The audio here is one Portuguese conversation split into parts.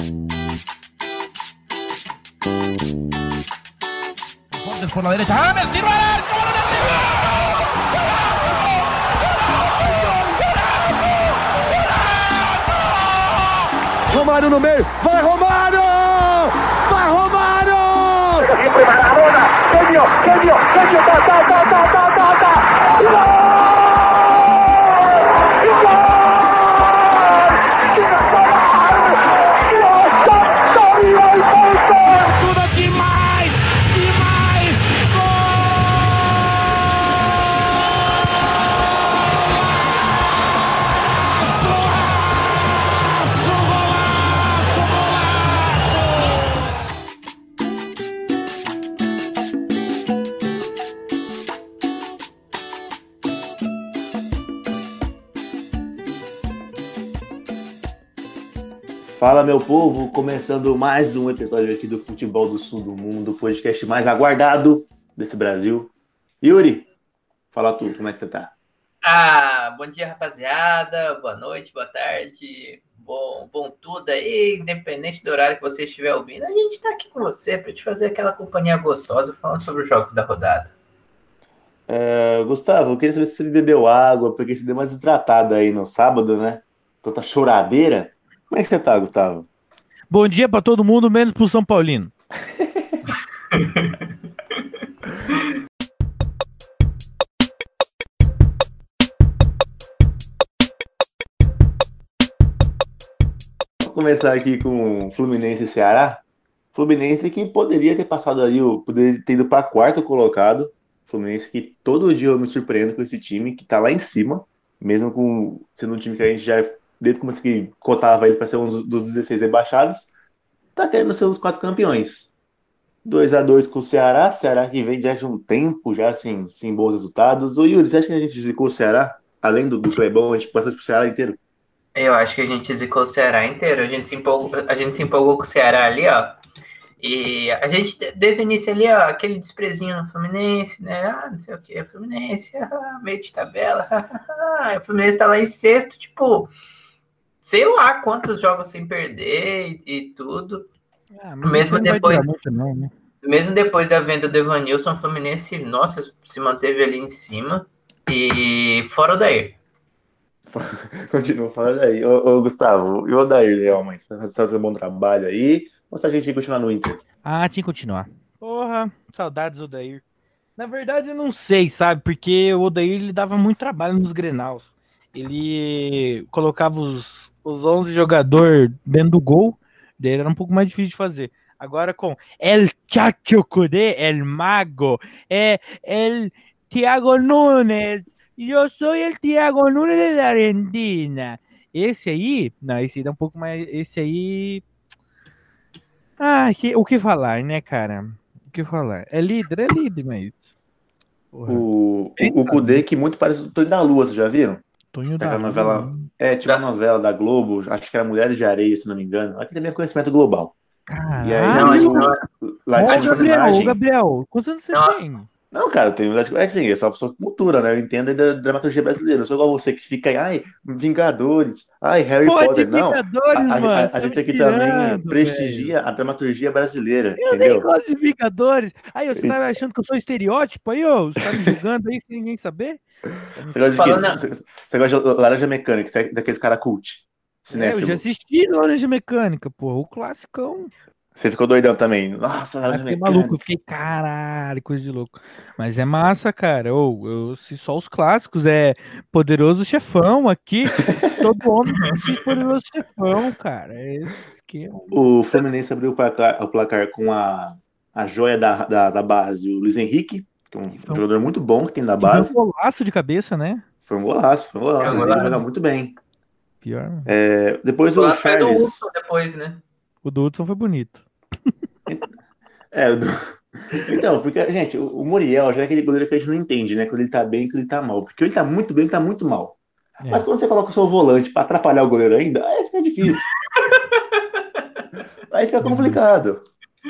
Por la derecha, James, tiro al arco, Romário no meio, vai Romário! Vai Romário! Siempre Maradona, genio, Fala, meu povo, começando mais um episódio aqui do Futebol do Sul do Mundo, o podcast mais aguardado desse Brasil. Yuri, fala tu, como é que você tá? Bom dia, rapaziada, boa noite, boa tarde, bom tudo aí, independente do horário que você estiver ouvindo, a gente tá aqui com você para te fazer aquela companhia gostosa falando sobre os jogos da rodada. Gustavo, eu queria saber se você bebeu água, porque você deu uma desidratada aí no sábado, né? Tanta choradeira. Como é que você tá, Gustavo? Bom dia pra todo mundo, menos pro São Paulino. Vamos começar aqui com Fluminense e Ceará. Fluminense que poderia ter passado ali, poderia ter ido para quarto colocado. Fluminense que todo dia eu me surpreendo com esse time que tá lá em cima, mesmo sendo um time que a gente já, desde o começo que cotava ele para ser um dos 16 rebaixados, tá querendo ser os 4 campeões. 2-2 com o Ceará que vem já de um tempo, já assim, sem bons resultados. Ô Yuri, você acha que a gente zicou o Ceará? Além do Clebão, a gente passou pro Ceará inteiro? Eu acho que a gente zicou o Ceará inteiro, a gente se empolgou com o Ceará ali, ó. E a gente, desde o início ali, ó, aquele desprezinho no Fluminense, né? Não sei o que, Fluminense, meio de tabela, o Fluminense tá lá em sexto, tipo, sei lá quantos jogos sem perder e tudo. Mesmo depois, muito, não, né? Mesmo depois da venda do Evanilson, o Fluminense, nossa, se manteve ali em cima e fora o Odair. Continua falando aí. Ô, Gustavo, e o Odair realmente? Tá fazendo um bom trabalho aí? Ou se a gente continuar no Inter? Tinha que continuar. Porra, saudades do Odair. Na verdade, eu não sei, sabe? Porque o Odair, ele dava muito trabalho nos Grenals. Ele colocava os 11 jogadores dentro do gol, daí era um pouco mais difícil de fazer. Agora com El Chacho Cudê, El Mago, El Thiago Nunes, eu sou el Thiago Nunes da Argentina. Esse aí, não, esse aí dá um pouco mais, esse aí... o que falar, né, cara? O que falar? É líder, mas... Porra. O Cudê, que muito parece o Tonho da Lua, vocês já viram? Tonho da Lua. Novela, tinha uma novela da Globo, acho que era Mulheres de Areia, se não me engano. Aqui também é conhecimento global. Caralho! E aí, lá tinha um personagem... Gabriel, quantos anos você tem? Não, cara, eu tenho... É assim, é só pessoa com cultura, né? Eu entendo aí da dramaturgia brasileira. Eu sou igual você que fica aí, ai, Vingadores, ai, Harry Potter. Não, Vingadores, mano, a gente aqui também prestigia a dramaturgia brasileira, eu entendeu? nem gosto de Vingadores. Aí, você tá achando que eu sou estereótipo aí, ô? Você tá me julgando aí sem ninguém saber? Você gosta de quê? Você gosta de Laranja Mecânica, daqueles cara cult, cinéfilo. Eu já assisti Laranja Mecânica, porra, o classicão. Você ficou doidão também. Nossa, Laranja Mecânica. Maluco, eu fiquei caralho, coisa de louco. Mas é massa, cara. Eu assisti só os clássicos. É Poderoso Chefão aqui. Todo homem assiste Poderoso Chefão, cara. É esse esquema. O Fluminense abriu o placar com a joia da base, o Luiz Henrique, que é um jogador muito bom que tem da base. Foi um golaço de cabeça, né? Foi um golaço. Ele joga muito bem. Pior. Depois o Charles. Depois, né? O do Hudson foi bonito. Então, porque, gente, o Muriel já é aquele goleiro que a gente não entende, né? Quando ele tá bem e quando ele tá mal. Porque ele tá muito bem, ele tá muito mal. Mas quando você coloca o seu volante pra atrapalhar o goleiro ainda, aí fica difícil. Aí fica complicado.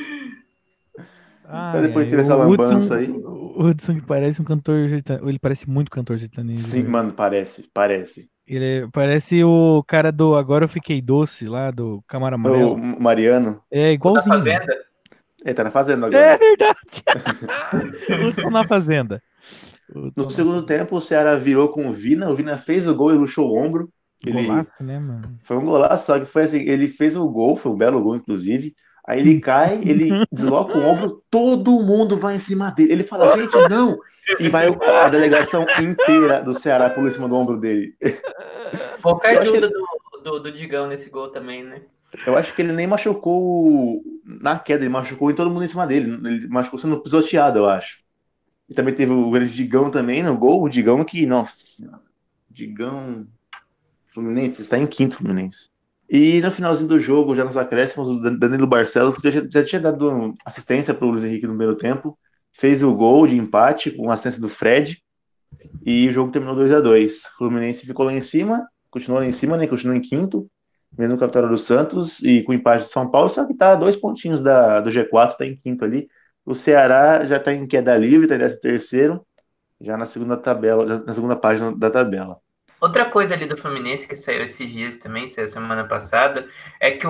Então depois teve essa lambança aí. O Hudson que parece um cantor sertanejo. Ele parece muito cantor sertanejo. Sim, mano, parece. Ele parece o cara do Agora Eu Fiquei Doce, lá do Camaro O Amarelo. Mariano, É O da igualzinho. Fazenda? ele tá na fazenda É agora. verdade. Hudson na Fazenda. No Hudson na segundo Fazenda. tempo, o Ceará virou com o Vina fez o gol e luxou o ombro. Ele Golaço, né, mano? foi um golaço, só que foi assim, ele fez o gol, foi um belo gol, inclusive. Aí ele cai, ele desloca o ombro, todo mundo vai em cima dele. Ele fala, gente, não! E vai a delegação inteira do Ceará pula em cima do ombro dele. Pouca Eu acho que ajuda ele, do Digão nesse gol também, né? eu acho que ele nem machucou na queda, ele machucou em todo mundo em cima dele. Ele machucou sendo pisoteado, eu acho. E também teve o grande Digão também no gol. O Digão que, nossa senhora, Digão Fluminense, está em quinto Fluminense. E no finalzinho do jogo, já nos acréscimos, o Danilo Barcelos que já tinha dado assistência para o Luiz Henrique no primeiro tempo, fez o gol de empate com assistência do Fred e o jogo terminou 2-2. O Fluminense ficou lá em cima, continuou lá em cima, né? Continuou em quinto, mesmo com a vitória do Santos e com o empate de São Paulo, só que tá a 2 pontinhos do G4, tá em quinto ali. O Ceará já tá em queda livre, tá em 13º, já na segunda tabela, já na segunda página da tabela. Outra coisa ali do Fluminense que saiu esses dias também, saiu semana passada, é que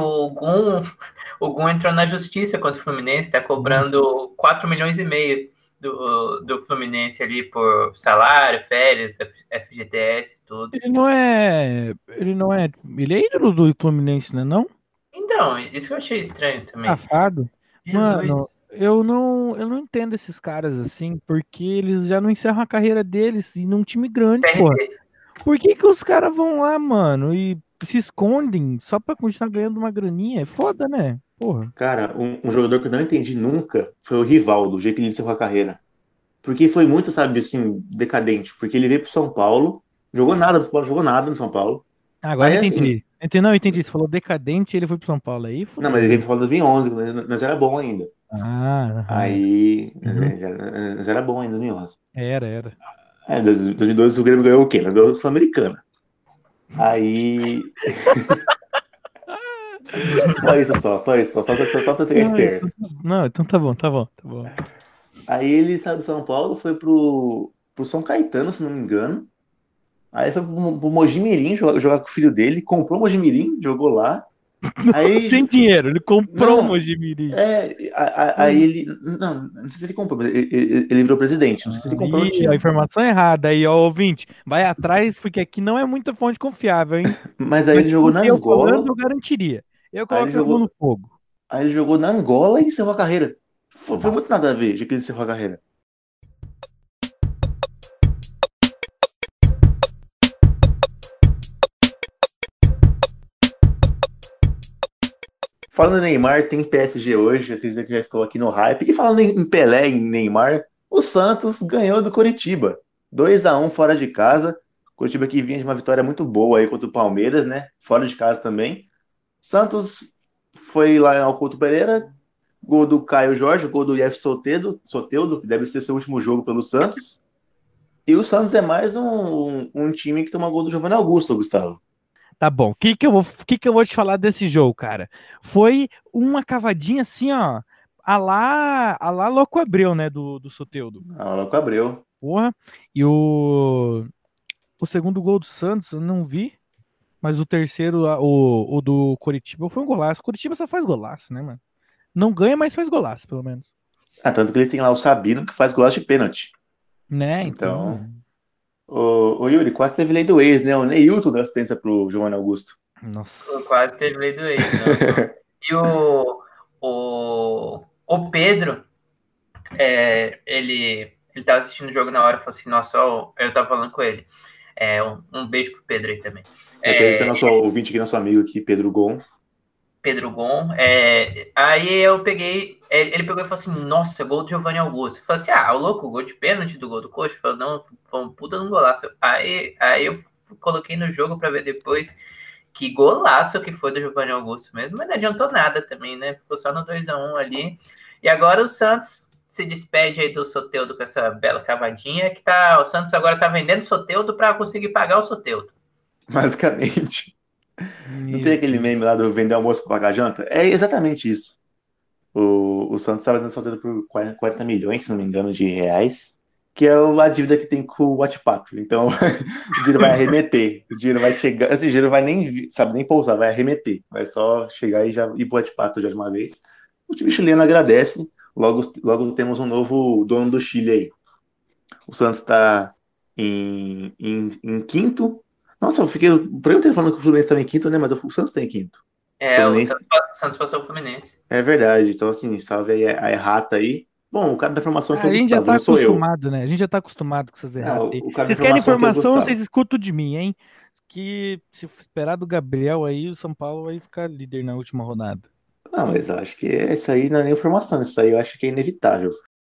o Gum entrou na justiça contra o Fluminense, tá cobrando 4 milhões e meio do Fluminense ali por salário, férias, FGTS, tudo. Ele não é. Ele não é. Ele é ídolo do Fluminense, né? Não? Então, isso que eu achei estranho também. Safado. Jesus. Mano, eu não entendo esses caras assim, porque eles já não encerram a carreira deles e num time grande, porra. PRP. Por que que os caras vão lá, mano, e se escondem só pra continuar ganhando uma graninha? É foda, né? Porra. Cara, um jogador que eu não entendi nunca foi o Rivaldo, o jeito que ele encerrou a carreira. Porque foi muito, sabe, assim, decadente. Porque ele veio pro São Paulo, jogou nada no São Paulo, jogou nada no São Paulo. Agora eu Aí, assim, entendi. Não, eu entendi. Você falou decadente e ele foi pro São Paulo. Aí não, fudeu, mas ele veio né? pro São Paulo em 2011, quando nós era bom ainda. Ah, aham. Aí, Uhum. nós era bom ainda em 2011. Era. É, em 2012 o Grêmio ganhou o quê? Nós ganhou a Sul-Americana. Aí, só isso, só pra você ficar Não, esperto. não, então tá bom, tá bom, tá bom. Aí ele saiu do São Paulo, foi pro São Caetano, se não me engano. Aí foi pro Mojimirim jogar com o filho dele, comprou o Mojimirim, jogou lá. Sem Aí, dinheiro, ele comprou o não, Mojimirim. aí ele, não sei se ele comprou, mas ele virou presidente, não sei se ele comprou o Aí, a time. informação errada aí, ó, ouvinte. Vai atrás, porque aqui não é muita fonte confiável, hein? Mas aí Mas ele se jogou na fosse eu falando, Angola, eu garantiria. Eu aí ele coloco minha mão no jogou, fogo. aí ele jogou na Angola e encerrou a carreira. Foi muito nada a ver de que ele encerrou a carreira. Falando em Neymar, tem PSG hoje, acredito que já estou aqui no hype. E falando em Pelé, em Neymar, o Santos ganhou do Coritiba. 2-1 fora de casa. Coritiba que vinha de uma vitória muito boa aí contra o Palmeiras, né? Fora de casa também. Santos foi lá em Couto Pereira, gol do Caio Jorge, gol do Jeff Soteldo, que deve ser seu último jogo pelo Santos. E o Santos é mais um time que toma gol do Giovanni Augusto, Gustavo. Tá bom. Que eu vou te falar desse jogo, cara? Foi uma cavadinha assim, ó. A lá Louco Abreu, né? Do Soteldo. Aula com Abreu. Porra. E o segundo gol do Santos, eu não vi. Mas o terceiro, o do Coritiba, foi um golaço. Coritiba só faz golaço, né, mano? Não ganha, mas faz golaço, pelo menos. Ah, tanto que eles têm lá o Sabino que faz golaço de pênalti. Né, Então, então. o Yuri, quase teve lei do ex, né? O Neilton deu assistência pro Giovanni Augusto. Nossa. Quase teve lei do ex, não. E o Pedro, ele tava assistindo o jogo na hora e falou assim, nossa, ó, eu tava falando com ele. Um beijo pro Pedro aí também. É Pedro, que é nosso ouvinte aqui, nosso amigo aqui, Pedro Gon. Pedro Gon. Aí eu peguei. Ele pegou e falou assim: nossa, gol do Giovanni Augusto. Eu falei assim: o louco, gol de pênalti do gol do Coxa. Eu falei: não, foi um puta de um golaço. Aí eu coloquei no jogo pra ver depois que golaço que foi do Giovanni Augusto mesmo. Mas não adiantou nada também, né? Ficou só no 2-1 ali. E agora o Santos se despede aí do Soteldo com essa bela cavadinha. O Santos agora tá vendendo Soteldo pra conseguir pagar o Soteldo. Basicamente. Não tem Meu aquele Deus. meme lá do vender almoço para pagar janta? É exatamente isso. O Santos estava dando sorteio por 40 milhões, se não me engano, de reais. que é a dívida que tem com o Watpato. Então, o dinheiro vai arremeter. O dinheiro vai chegar. Esse dinheiro vai nem, sabe, nem pousar, vai arremeter. Vai só chegar e já ir pro Watpato já de uma vez. O time chileno agradece. Logo temos um novo dono do Chile aí. O Santos está em quinto. Nossa, eu fiquei. Por eu ter falando que o Fluminense estava em quinto, né? Mas o Santos está em quinto. O Santos passou o Fluminense. É verdade. Então, assim, salve aí a errata aí. Bom, o cara da informação que é o A gente já Gustavo, tá não sou eu. acostumado, né? A gente já tá acostumado com essas erratas aí. O cara da Vocês querem informação que é o informação, Gustavo. vocês escutam de mim, hein? Que se esperar do Gabriel aí, o São Paulo vai ficar líder na última rodada. Não, mas eu acho que isso aí não é nem informação, isso aí eu acho que é inevitável.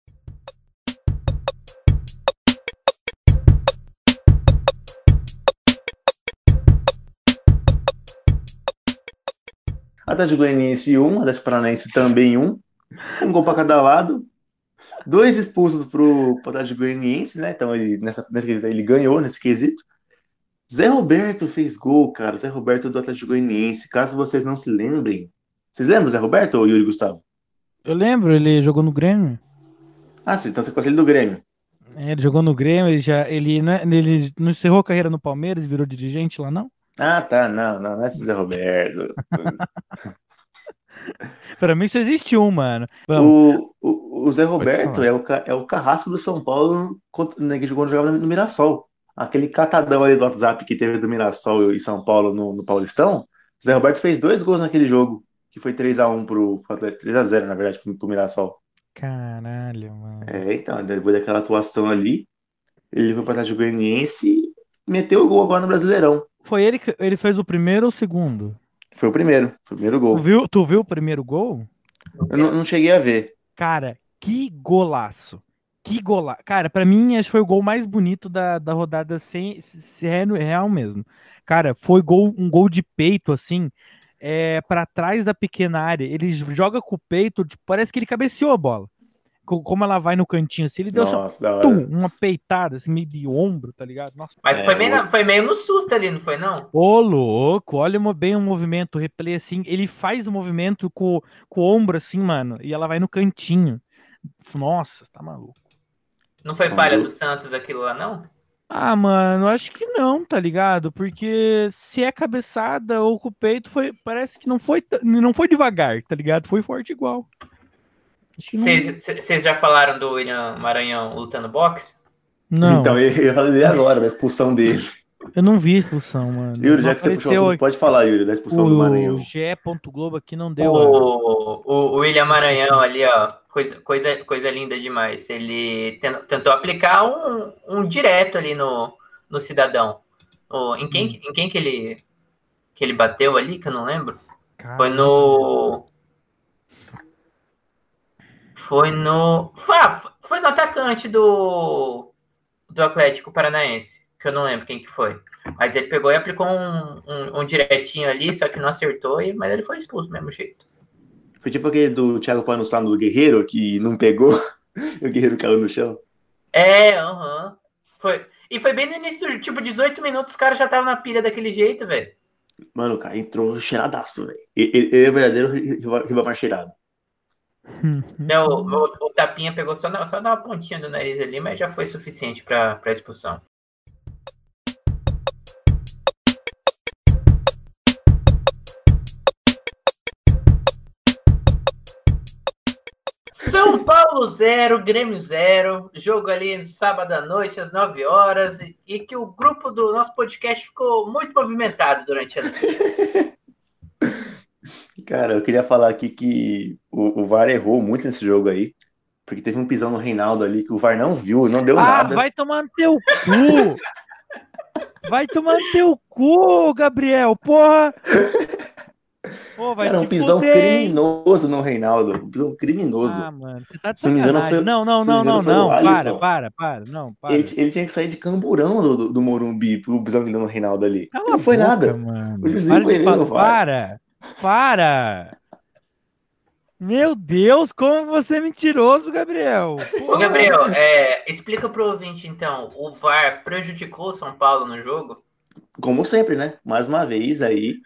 Atlético Goianiense 1, Atlético Paranaense também 1. Um gol para cada lado. 2 expulsos pro Atlético Goianiense, né? Então nessa quesito ele ganhou nesse quesito. Zé Roberto fez gol, cara. Zé Roberto do Atlético Goianiense. Caso vocês não se lembrem. Vocês lembram do Zé Roberto ou Yuri Gustavo? Eu lembro, ele jogou no Grêmio. Ah, sim, então você conhece ele do Grêmio. Ele jogou no Grêmio, ele não encerrou a carreira no Palmeiras e virou dirigente lá, não? Ah, tá, não é esse Zé Roberto. Pra mim só existe um, mano. O Zé Pode Roberto falar. é o carrasco do São Paulo né, que jogou, jogava no Mirassol. Aquele catadão ali do WhatsApp que teve do Mirassol e São Paulo no Paulistão. O Zé Roberto fez 2 gols naquele jogo, que foi 3-1 pro Atlético, 3-0 na verdade, pro Mirassol. Caralho, mano. Então, depois daquela atuação ali, ele foi pro Atlético Goianiense e meteu o gol agora no Brasileirão. Foi ele que ele fez o primeiro ou o segundo? Foi o primeiro gol. Tu viu o primeiro gol? Eu não cheguei a ver. Cara, que golaço. Que golaço. Cara, pra mim, esse foi o gol mais bonito da rodada sem ser real mesmo. Cara, foi um gol de peito, assim, pra trás da pequena área. Ele joga com o peito, tipo, parece que ele cabeceou a bola. Como ela vai no cantinho, assim, ele deu só Nossa, da hora. uma peitada, assim, meio de ombro, tá ligado? Nossa. Mas foi meio no susto ali, não foi, não? Ô, louco, olha bem o movimento, o replay, assim, ele faz o movimento com o ombro, assim, mano, e ela vai no cantinho. Nossa, tá maluco. Não foi falha do Santos aquilo lá, não? Ah, mano, acho que não, tá ligado? Porque se é cabeçada ou com o peito, parece que não foi devagar, tá ligado? Foi forte igual. Vocês já falaram do William Maranhão lutando boxe? Não. Então, eu falei dele agora, da expulsão dele. Eu não vi a expulsão, mano. Yuri, já que você puxou o assunto, pode falar, Yuri, da expulsão do Maranhão. O GE. Globo aqui não deu. O William Maranhão ali, ó, coisa linda demais. Ele tentou aplicar um direto ali no cidadão. Em quem que ele bateu ali, que eu não lembro? Caramba. Foi no atacante do Atlético Paranaense, que eu não lembro quem que foi. Mas ele pegou e aplicou um direitinho ali, só que não acertou, mas ele foi expulso do mesmo jeito. Foi tipo aquele do Thiago Panussano do Guerreiro, que não pegou, e o Guerreiro caiu no chão. Aham. Foi. E foi bem no início do tipo 18 minutos, os caras já estavam na pilha daquele jeito, velho. Mano, o cara entrou cheiradaço, velho. Ele é o verdadeiro Ribamar cheirado. O Tapinha pegou só na pontinha do nariz ali, mas já foi suficiente pra expulsão. São Paulo 0, Grêmio 0, jogo ali no sábado à noite, às 9 horas, e que o grupo do nosso podcast ficou muito movimentado durante a noite. Cara, eu queria falar aqui que o VAR errou muito nesse jogo aí, porque teve um pisão no Reinaldo ali que o VAR não viu, não deu nada. Vai tomar no teu cu! Vai tomar no teu cu, Gabriel, porra! Pô, vai cara, um pisão criminoso no Reinaldo. Um pisão criminoso. Ah, mano, você tá de sacanagem. Não. Para. Não, para. Ele tinha que sair de camburão do Morumbi pro pisão que deu no Reinaldo ali. Não foi nada. Mano. O juiz foi ele, Para! Meu Deus, como você é mentiroso, Gabriel. Ô, Gabriel, explica pro ouvinte, então, o VAR prejudicou o São Paulo no jogo? Como sempre, né? Mais uma vez aí.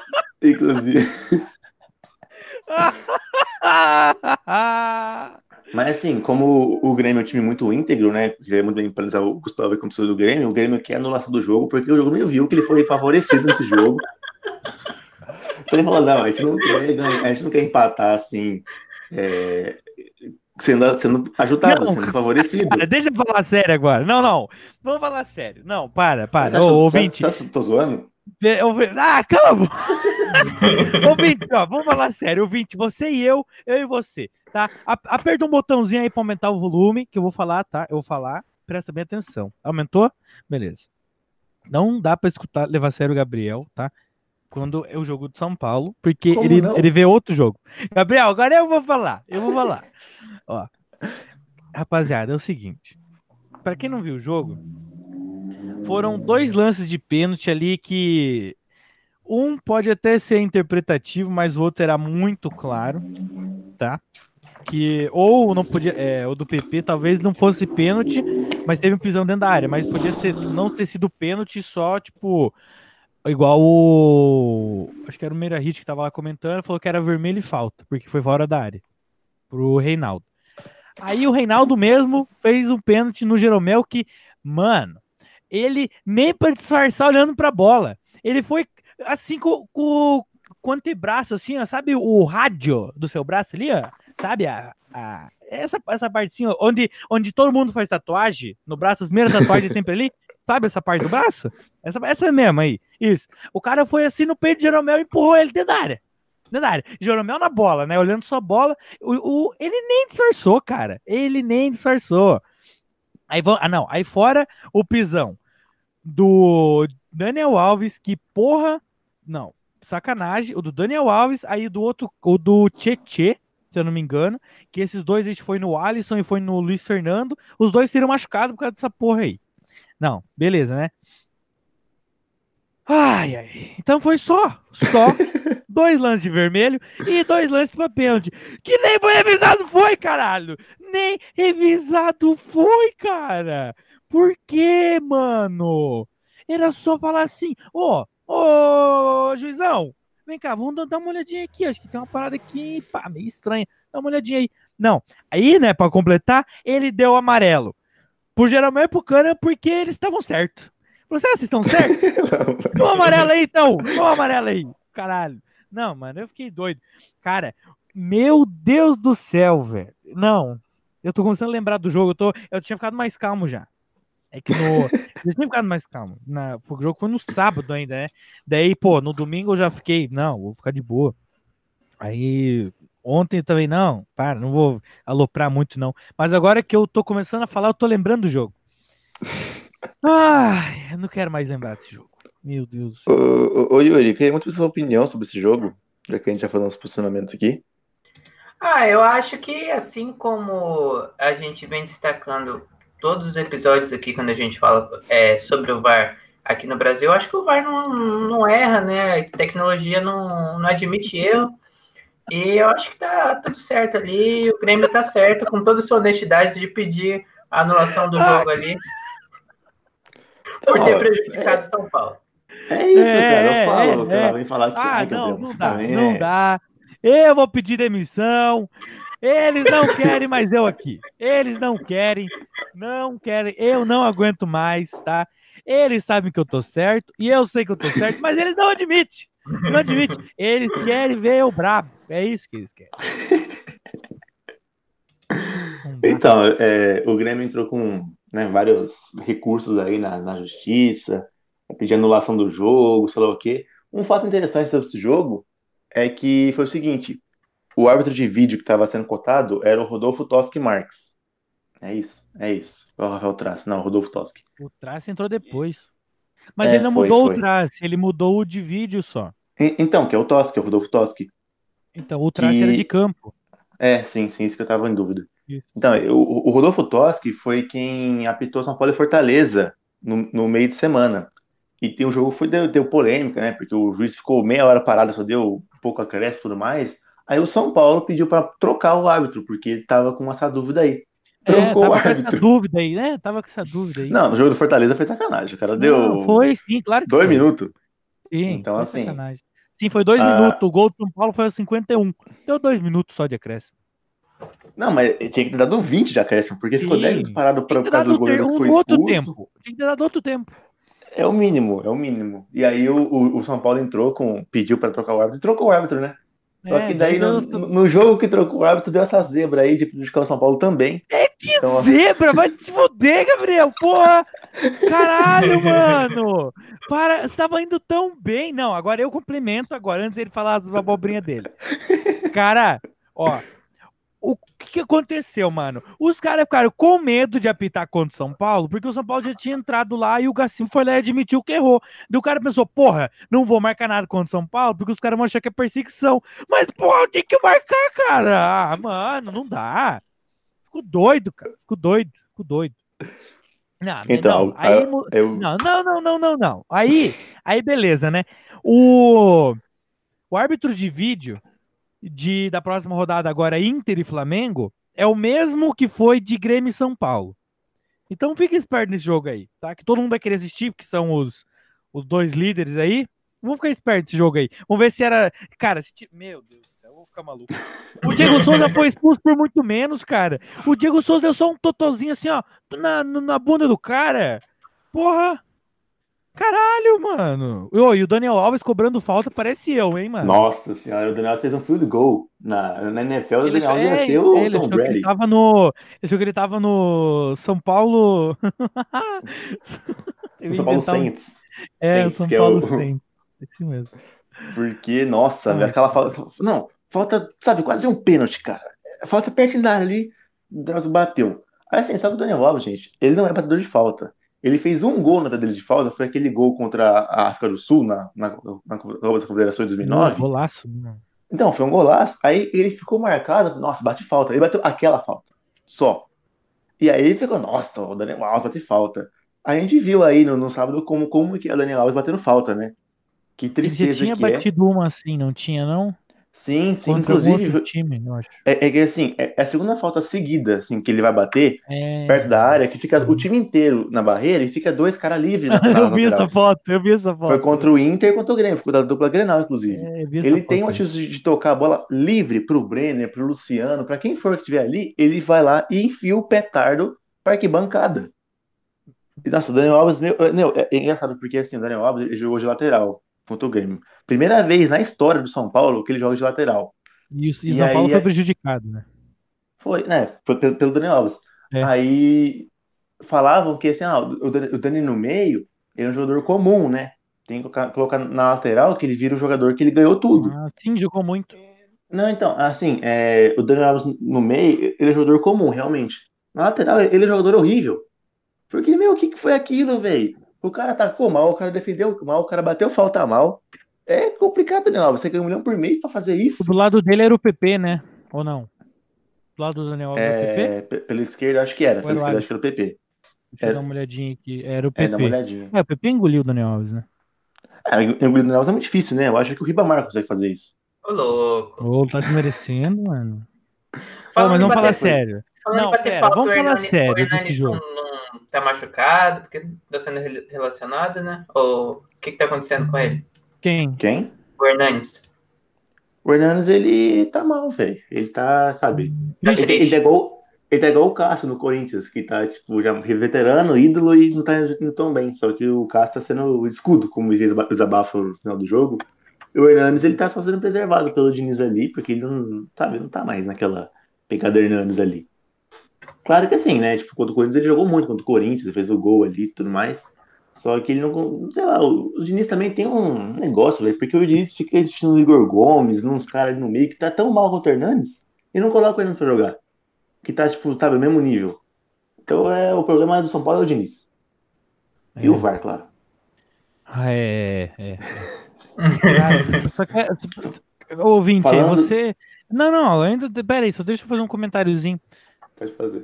Inclusive. Mas assim, como o Grêmio é um time muito íntegro, né? Queria muito bem paralisar o Gustavo como torcedor do Grêmio, o Grêmio quer anulação do jogo, porque o jogo nem viu que ele foi favorecido nesse jogo. Então ele falou, não, a gente não quer ganhar, a gente não quer empatar assim, é, sendo ajudado, Não, sendo favorecido. cara, deixa eu falar sério agora. Não. Vamos falar sério. Não, para. Você Ô, acha, ouvinte. você acha que eu tô zoando? Ah, cala a boca. Ouvinte, ó, vamos falar sério. Ouvinte, você e eu e você, tá? Aperta um botãozinho aí pra aumentar o volume, que eu vou falar, tá? Eu vou falar, presta bem atenção. Aumentou? Beleza. Não dá pra escutar, levar a sério o Gabriel, tá? Quando é o jogo de São Paulo, porque Como ele, não? ele vê outro jogo. Gabriel, agora eu vou falar. Ó, rapaziada, é o seguinte. Pra quem não viu o jogo, foram 2 lances de pênalti ali que um pode até ser interpretativo, mas o outro era muito claro, tá? Que ou não podia, o do PP talvez não fosse pênalti, mas teve um pisão dentro da área, mas podia ser não ter sido pênalti só, tipo, igual acho que era o Meira Hit que tava lá comentando, falou que era vermelho e falta, porque foi fora da área pro Reinaldo. Aí o Reinaldo mesmo fez um pênalti no Jeromel que, mano, ele nem pra disfarçar olhando pra bola. Ele foi assim com o antebraço, assim, ó, sabe o rádio do seu braço ali, ó? Sabe essa partezinha onde todo mundo faz tatuagem no braço, as primeiras tatuagens sempre ali? Sabe essa parte do braço? Essa mesmo aí. Isso. O cara foi assim no peito de Jeromel e empurrou ele dentro da área. Jeromel na bola, né? Olhando só a bola. Ele nem disfarçou, cara. Ele nem disfarçou. Aí fora o pisão do Daniel Alves, que porra. Não, sacanagem. O do Daniel Alves, aí do outro, o do Tietê, se eu não me engano. Que esses dois, a gente foi no Alisson e foi no Luiz Fernando. Os dois seriam machucados por causa dessa porra aí. Não, beleza, né? Ai. Então foi só 2 lances de vermelho e 2 lances pra pênalti. Que nem foi revisado foi, caralho! Nem revisado foi, cara! Por quê, mano? Era só falar assim, ô, juizão, vem cá, vamos dar uma olhadinha aqui, acho que tem uma parada aqui, pá, meio estranha, dá uma olhadinha aí. Não, aí, né, pra completar, ele deu amarelo pro Jeromel e pro Cana porque eles estavam certos. Falou assim, vocês estão certos? Toma amarelo aí, então. Toma amarelo aí. Caralho. Não, mano, eu fiquei doido. Cara, meu Deus do céu, velho. Não. Eu tô começando a lembrar do jogo. Eu tinha ficado mais calmo já. É que eu tinha ficado mais calmo. O jogo foi no sábado ainda, né? Daí, pô, no domingo eu já fiquei, não, vou ficar de boa. Aí, ontem também, não, não vou aloprar muito, não. Mas agora que eu tô começando a falar, eu tô lembrando do jogo. Ai, eu não quero mais lembrar desse jogo. Meu Deus do céu. Ô Yuri, eu queria muito ver sua opinião sobre esse jogo, já que a gente já falou nos posicionamentos aqui. Eu acho que assim como a gente vem destacando todos os episódios aqui quando a gente fala sobre o VAR aqui no Brasil, eu acho que o VAR não erra, né? A tecnologia não admite erro. E eu acho que tá tudo certo ali. O Grêmio tá certo, com toda a sua honestidade de pedir a anulação do jogo ali. Por ter prejudicado São Paulo. É isso, cara. Eu falo, os caras vêm falar que não dá. Eu vou pedir demissão. Eles não querem, mas eu aqui. Eles não querem. Eu não aguento mais, tá? Eles sabem que eu tô certo e eu sei que eu tô certo, mas eles não admitem. Não admite. Eles querem ver eu brabo. É isso que eles querem. Então, o Grêmio entrou com, né, vários recursos aí na justiça, pedir anulação do jogo, sei lá o quê. Um fato interessante sobre esse jogo é que foi o seguinte: o árbitro de vídeo que estava sendo cotado era o Rodolfo Toschi Marques. É isso. O Rafael Trace, não, o Rodolfo Toschi. O Trace entrou depois. Mas ele não mudou o Trace, ele mudou o de vídeo só. Então, que é o Toschi, é o Rodolfo Toschi. Então, o Trace era de campo. Sim, isso que eu tava em dúvida. Isso. Então, o Rodolfo Toschi foi quem apitou São Paulo e Fortaleza no meio de semana. E tem um jogo deu polêmica, né? Porque o juiz ficou meia hora parado, só deu um pouco acréscimo e tudo mais. Aí o São Paulo pediu para trocar o árbitro, porque tava com essa dúvida aí. Trocou o árbitro. Tava com essa dúvida aí, né? Tava com essa dúvida aí. Não, no jogo do Fortaleza foi sacanagem. O cara deu. Foi, sim, claro que 2 minutos. Sim, então, foi assim. Sacanagem. Sim, foi 2 minutos. O gol do São Paulo foi aos 51. Deu 2 minutos só de acréscimo. Não, mas tinha que ter dado 20 de acréscimo, porque ficou 10 minutos parado Tinha por que ter causa do dado goleiro que foi outro expulso. tempo. Tinha que ter dado outro tempo. É o mínimo, é o mínimo. E aí o São Paulo pediu pra trocar o árbitro, e trocou o árbitro, né? Só que Daí daí no jogo que trocou o árbitro deu essa zebra aí de prejudicar o São Paulo também. Que Então, zebra! Vai te foder, Gabriel! Porra! Caralho, mano! Para, você tava indo tão bem. Não, agora eu complemento agora, antes dele falar as abobrinhas dele. Cara, ó, o que aconteceu, mano? Os caras ficaram com medo de apitar contra o São Paulo, porque o São Paulo já tinha entrado lá e o Gassim foi lá e admitiu que errou. Daí o cara pensou, porra, não vou marcar nada contra o São Paulo, porque os caras vão achar que é perseguição. Mas, porra, tem que marcar, cara! Ah, mano, não dá. Fico doido, cara. Fico doido. Não, então não. Aí, eu. não. Aí beleza, né? O árbitro de vídeo da próxima rodada agora, Inter e Flamengo, é o mesmo que foi de Grêmio e São Paulo. Então fica esperto nesse jogo aí, tá? Que todo mundo vai querer assistir, porque são os dois líderes aí. Vamos ficar esperto nesse jogo aí. Vamos ver se era... Cara, meu Deus do céu, eu vou ficar maluco. O Diego Souza foi expulso por muito menos, cara. O Diego Souza deu só um totozinho assim, ó, na bunda do cara. Porra! Caralho, mano. E o Daniel Alves cobrando falta parece eu, hein, mano. Nossa senhora, o Daniel Alves fez um field goal. Na NFL, o Daniel Alves ia ser o ele Tom achou que ele Brady. tava achou que ele tava no São Paulo. Eu O ia São Paulo inventar Saints. o Saints, São que é Paulo o. Saints. Esse mesmo. Porque, nossa, Ai, aquela falta. Não, falta, sabe, quase um pênalti, cara. Falta pertinho da área ali, o Daniel Alves bateu. Aí assim, sabe o Daniel Alves, gente? Ele não é batedor de falta. Ele fez um gol na vida dele de falta, foi aquele gol contra a África do Sul, na Copa das Confederações de 2009. Golaço, mano. Então, foi um golaço. Aí ele ficou marcado, nossa, bate falta. Ele bateu aquela falta, só. E aí ele ficou, nossa, o Daniel Alves bate falta. Aí a gente viu aí no sábado como que é o Daniel Alves batendo falta, né? Que Ele já tristeza tinha que é. batido uma assim, não tinha, não? Sim, sim, Contra algum outro inclusive, time, eu acho. é que assim, é a segunda falta seguida, assim, que ele vai bater perto da É. área, que fica o time inteiro na barreira e fica dois caras livres Eu nas vi essa laterais. foto, eu vi essa Foi foto. contra o Inter e contra o Grêmio, ficou da dupla Grenal, inclusive. É, eu vi essa Ele tem uma foto aí. atitude de tocar a bola livre pro Brenner, pro Luciano, pra quem for que estiver ali, ele vai lá e enfia o petardo pra arquibancada. E, nossa, o Daniel Alves, meu, é engraçado, porque assim, o Daniel Alves ele jogou de lateral contra o Grêmio. Primeira vez na história do São Paulo que ele joga de lateral. E o E São Paulo aí foi prejudicado, né? foi, né? Foi pelo Daniel Alves. É. Aí falavam que assim, o Dani no meio, ele é um jogador comum, né? Tem que colocar na lateral que ele vira o jogador que ele ganhou tudo. Ah, sim, jogou muito. Não, então, assim, o Daniel Alves no meio, ele é jogador comum, realmente. Na lateral, ele é jogador horrível. Porque, meu, o que que foi aquilo, velho? O cara atacou mal, o cara defendeu mal, o cara bateu falta mal. É complicado, Daniel Alves. Você ganha 1 milhão por mês pra fazer Do isso? lado dele era o PP, né? Ou não? Do lado do Daniel Alves era o PP? Pela esquerda, acho que era. Ou Pela era o esquerda, acho que Alisson? era o PP. Deixa eu dar É, uma olhadinha aqui. Era o dá uma PP. olhadinha. É, o PP engoliu o Daniel Alves, né? O Daniel Alves é muito difícil, né? Eu acho que o Ribamar consegue fazer isso. Ô, louco. Ô, tá desmerecendo, mano. Ô, mas Falando em vamos falar bater, sério. falando em Não, bater pera, falta, vamos falar O sério desse Hernanes jogo. não tá machucado, porque tá sendo relacionado, né? Ou o que tá acontecendo com ele? Quem? Quem? O Hernanes. O Hernandes, ele tá mal, velho. Ele tá, sabe? Tá Triste. triste. Ele tá igual o Cássio no Corinthians, que tá, tipo, já veterano, ídolo e não tá indo tão bem. Só que o Cássio tá sendo o escudo, como diz o desabafo no final do jogo. E o Hernandes, ele tá só sendo preservado pelo Diniz ali, porque ele não, sabe, não tá mais naquela pegada Hernandes ali. Claro que assim, né? Tipo, contra o Corinthians ele jogou muito, contra o Corinthians, ele fez o gol ali e tudo mais. Só que ele não, sei lá, o Diniz também tem um negócio, velho, porque o Diniz fica assistindo o Igor Gomes, uns caras ali no meio, que tá tão mal contra o Hernandes, e não coloca o Hernandes pra jogar. Que tá, tipo, sabe, o mesmo nível. Então o problema do São Paulo é o Diniz. E o VAR, claro. Ah, Cara, só que, ouvinte, Falando- você... Não, ainda... Pera aí, só deixa eu fazer um comentáriozinho. Pode fazer.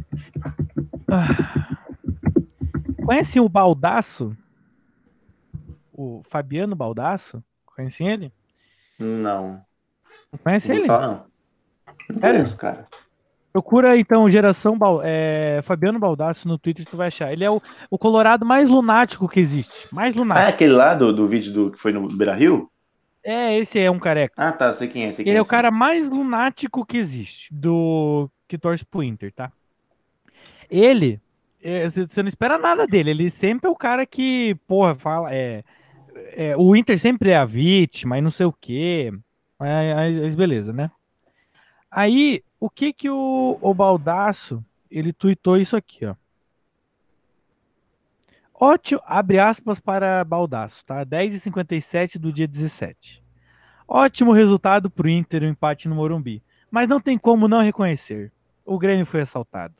Conhece o Baldasso? O Fabiano Baldasso? Conhece ele? Não. Não conhece Não vou ele? falar, não. Não Sério? conheço, cara. Procura então geração Fabiano Baldasso no Twitter, tu vai achar. Ele é o colorado mais lunático que existe. Mais Ah, é lunático. aquele lá do vídeo que foi no Beira-Rio? Esse é um careca. Ah, tá, sei quem é, sei quem Ele é é, o sim. cara mais lunático que existe, do que torce pro Inter, tá? Ele, você não espera nada dele. Ele sempre é o cara que, porra, fala. O Inter sempre é a vítima e não sei o quê. Mas beleza, né? Aí, o que que o Baldaço, ele tuitou isso aqui, ó. Ótimo, abre aspas para Baldaço, tá? 10h57 do dia 17. Ótimo resultado pro Inter, o empate no Morumbi. Mas não tem como não reconhecer. O Grêmio foi assaltado.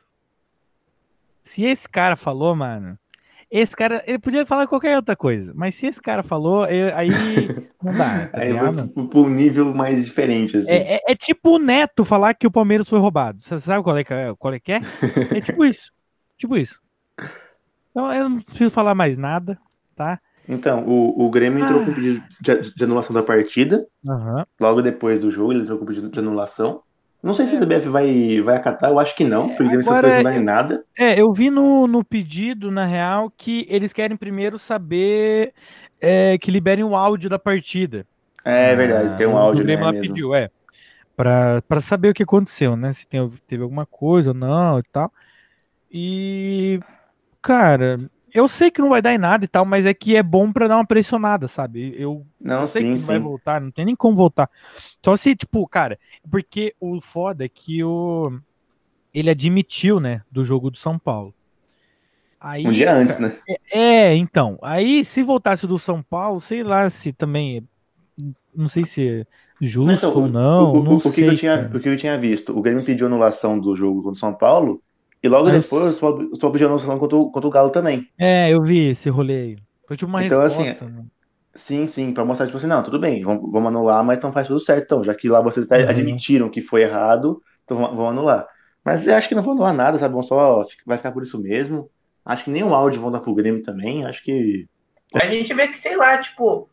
Se esse cara falou, mano, esse cara, ele podia falar qualquer outra coisa, mas se esse cara falou, aí não dá, tá Aí vai ligado? pra um nível mais diferente, assim. É tipo o Neto falar que o Palmeiras foi roubado. Você sabe qual é que é? É tipo isso. Tipo isso. Então eu não preciso falar mais nada, tá? Então, o Grêmio entrou com Ah, pedido de anulação da partida. aham. Logo depois do jogo, ele entrou com pedido de anulação. Não sei se a É, CBF vai acatar, eu acho que não, porque essas coisas não agora, dão em nada. eu vi no pedido, na real, que eles querem primeiro saber que liberem o áudio da partida. É verdade, isso que é um O áudio, né? Grêmio É lá mesmo. pediu, pra saber o que aconteceu, né? Se teve alguma coisa ou não e tal. E, cara, eu sei que não vai dar em nada e tal, mas é que é bom pra dar uma pressionada, sabe? Eu Não, sei sim, que não vai sim. voltar, não tem nem como voltar. Só se, tipo, cara, porque o foda é que ele admitiu, né, do jogo do São Paulo. Um Aí, dia antes, cara, né? então, aí se voltasse do São Paulo, sei lá se também, não sei se é Não, então, justo ou não, não sei, cara. o que eu tinha visto? O Grêmio pediu anulação do jogo contra o São Paulo, e logo Aí, depois o São Paulo pediu anulação contra o Galo também. eu vi esse rolê aí. Foi tipo uma Então, assim, resposta, né? sim, sim, pra mostrar, tipo assim, não, tudo bem, vamos anular, mas então faz tudo certo, então, já que lá vocês até Aham. admitiram que foi errado, então vamos anular. Mas eu acho que não vão anular nada, sabe? Vão só, vai ficar por isso mesmo. Acho que nem o áudio vão dar pro Grêmio também, acho que. A gente vê que, sei lá, tipo,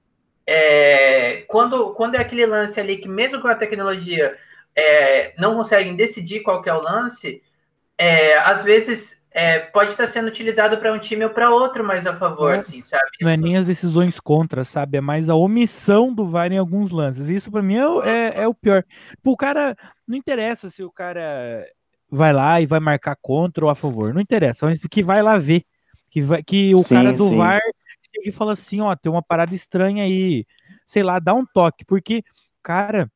quando é aquele lance ali que mesmo com a tecnologia não conseguem decidir qual que é o lance, às vezes pode estar sendo utilizado para um time ou para outro mais a favor, É, assim, sabe? não é nem as decisões contra, sabe? É mais a omissão do VAR em alguns lances. Isso pra mim é o pior. Tipo, o cara, não interessa se o cara vai lá e vai marcar contra ou a favor. Não interessa, mas que vai lá ver. Que o cara Sim, do sim. VAR chega e fala assim, ó, tem uma parada estranha aí. Sei lá, dá um toque. Porque, cara,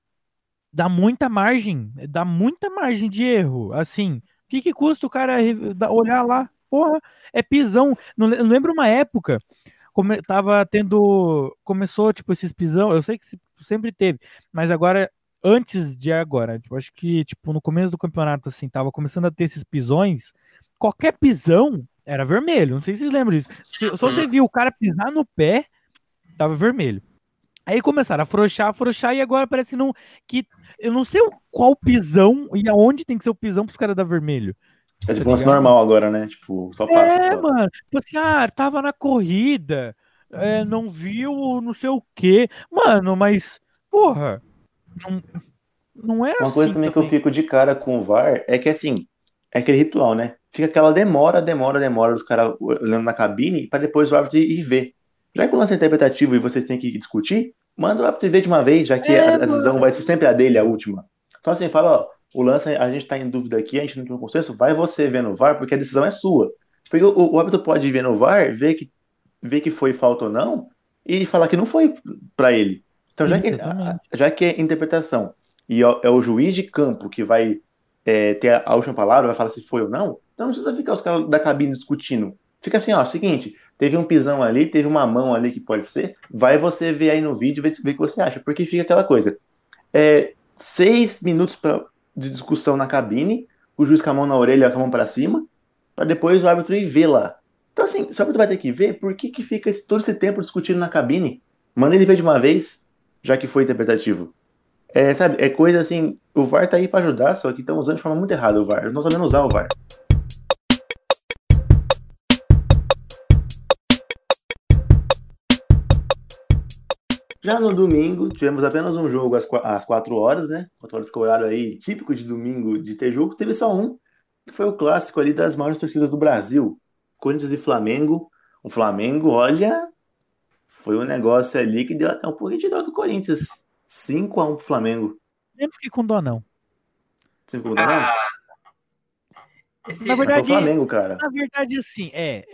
dá muita margem de erro. Assim, o que custa o cara olhar lá? Porra, é pisão. Não, lembro uma época, tava tendo, começou tipo esses pisão, eu sei que sempre teve, mas agora, antes de agora, tipo, acho que tipo no começo do campeonato assim, tava começando a ter esses pisões, qualquer pisão era vermelho, não sei se vocês lembram disso. Só você viu o cara pisar no pé, tava vermelho. Aí começaram a afrouxar, e agora parece que eu não sei qual pisão e aonde tem que ser o pisão pros caras dar vermelho, É tá tipo um lance ligado? normal agora, né? Tipo, só passa É, só. mano. Tipo assim, tava na corrida, não viu, não sei o quê. Mano, mas, porra, não, não é Uma coisa assim também que eu também. fico de cara com o VAR é que assim, é aquele ritual, né? Fica aquela demora dos caras olhando na cabine para depois o árbitro ir ver. Já que o lance é interpretativo e vocês têm que discutir, manda o árbitro ver de uma vez, já que a É, decisão vai mano. ser sempre a dele, a última. Então assim, fala, ó, o lance a gente tá em dúvida aqui, a gente não tem um consenso, vai você ver no VAR, porque a decisão é sua. Porque o árbitro pode ver no VAR, ver que foi falta ou não, e falar que não foi para ele. Então, Exatamente. já que é interpretação e é o juiz de campo que vai ter a última palavra, vai falar se foi ou não, então não precisa ficar os caras da cabine discutindo. Fica assim, ó, seguinte, teve um pisão ali, teve uma mão ali que pode ser, vai você ver aí no vídeo, ver o que você acha, porque fica aquela coisa. 6 minutos de discussão na cabine, o juiz com a mão na orelha, com a mão para cima, para depois o árbitro ir ver lá. Então, assim, se o árbitro vai ter que ver, por que fica todo esse tempo discutindo na cabine? Manda ele ver de uma vez, já que foi interpretativo. Sabe, é coisa assim, o VAR tá aí para ajudar, só que estão usando de forma muito errada o VAR. Não sabendo usar o VAR. Já no domingo, tivemos apenas um jogo às 4 horas, né? 4 horas que é o horário aí típico de domingo de ter jogo. Teve só um, que foi o clássico ali das maiores torcidas do Brasil. Corinthians e Flamengo. O Flamengo, olha, Foi um negócio ali que deu até um pouquinho de dó do Corinthians. 5-1 pro Flamengo. Eu não fiquei com dó, não. Você ficou com dó, não? Ah, Na Mas foi o verdade, Flamengo, cara. assim,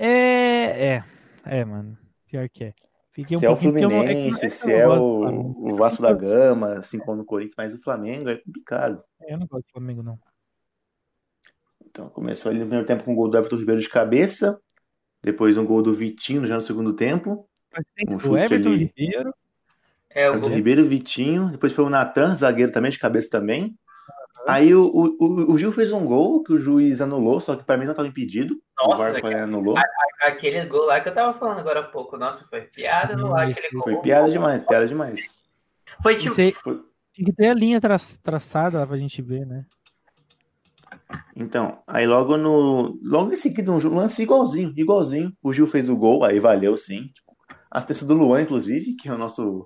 mano. Pior que é. Fiquei um Se é o pouquinho, porque Fluminense, eu se não é gosto do Flamengo. o Vasco da Gama, 5-1 no Corinthians, mas o Flamengo é complicado. Eu não gosto do Flamengo, não. Então começou ali no primeiro tempo com o gol do Everton Ribeiro de cabeça, depois um gol do Vitinho já no segundo tempo, um O chute Everton ali, Ribeiro. é o Everton gol. Ribeiro, Vitinho, depois foi o Natan, zagueiro também, de cabeça também. Aí o Gil fez um gol que o juiz anulou, só que para mim não estava impedido. O Nossa, VAR foi lá e anulou. aquele gol lá que eu tava falando agora há pouco. Nossa, foi piada no ar Sim, aquele Foi gol. piada demais, piada demais. Foi tipo. Isso aí, Foi- tinha que ter a linha traçada lá pra gente ver, né? Então, aí logo em seguida, um lance igualzinho. O Gil fez o gol, aí valeu sim. Assistência do Luan, inclusive, que é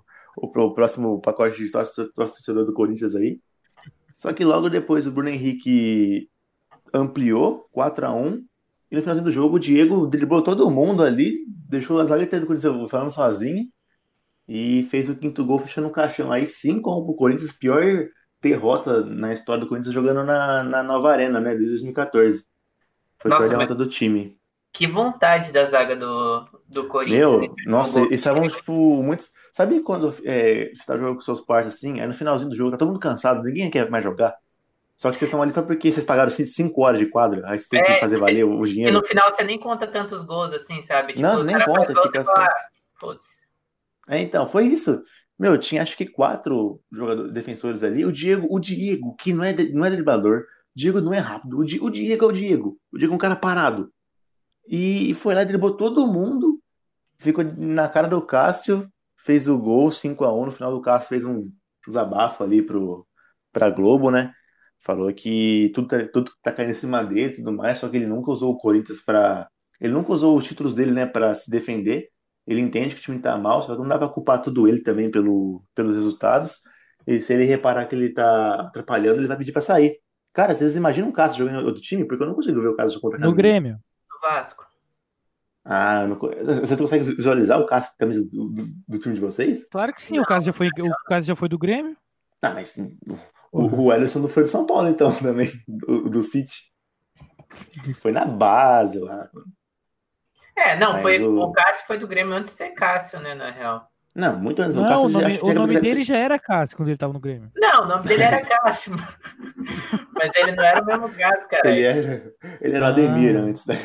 o próximo pacote de torcedor do Corinthians aí. Só que logo depois o Bruno Henrique ampliou 4-1. E no finalzinho do jogo, o Diego driblou todo mundo ali, deixou a zaga inteira do Corinthians falando sozinho e fez o quinto gol fechando o caixão. Aí sim, como o Corinthians, pior derrota na história do Corinthians jogando na nova arena, né, desde 2014. Foi a pior Nossa, mas derrota do time. que vontade da zaga do Corinthians nesse Meu, último nossa, gol. eles estavam, tipo, muitos. Sabe quando você tá jogando com seus parceiros assim? Aí no finalzinho do jogo, tá todo mundo cansado, ninguém quer mais jogar. Só que vocês estão ali só porque vocês pagaram 5 horas de quadra, aí você tem que fazer valer o Que no dinheiro. final você nem conta tantos gols assim, sabe? Não, Tipo, você o nem cara faz conta, gol, fica você só. fala, putz. Então, foi isso. Meu, tinha acho que 4 jogadores defensores ali. O Diego, que não é driblador. O Diego não é rápido. O Diego é o Diego. O Diego é um cara parado. E foi lá, driblou todo mundo. Ficou na cara do Cássio, fez o gol 5-1. No final do Cássio fez um desabafo ali pra Globo, né? Falou que tudo tá caindo em cima dele e tudo mais, só que ele nunca usou o Corinthians pra. Ele nunca usou os títulos dele, né, pra se defender. Ele entende que o time tá mal, só que não dá pra culpar tudo ele também pelos resultados. E se ele reparar que ele tá atrapalhando, ele vai pedir pra sair. Cara, vocês imaginam o Cássio jogando em outro time? Porque eu não consigo ver o Cássio contra a No camisa. Grêmio. Do Vasco. Ah, vocês conseguem visualizar o Cássio com a camisa do time de vocês? Claro que sim, o caso já foi do Grêmio. Ah, mas Porra. o Ellison não foi do São Paulo, então, também, do City. Foi na base lá. Não, Mas o Cássio foi do Grêmio antes de ser Cássio, né, na real. Não, muito antes. O Não, Cássio acho que o nome dele já era Cássio quando ele tava no Grêmio. Não, o nome dele era Cássio. Mas ele não era o mesmo Cássio, cara. Ele era o Ademir antes, né?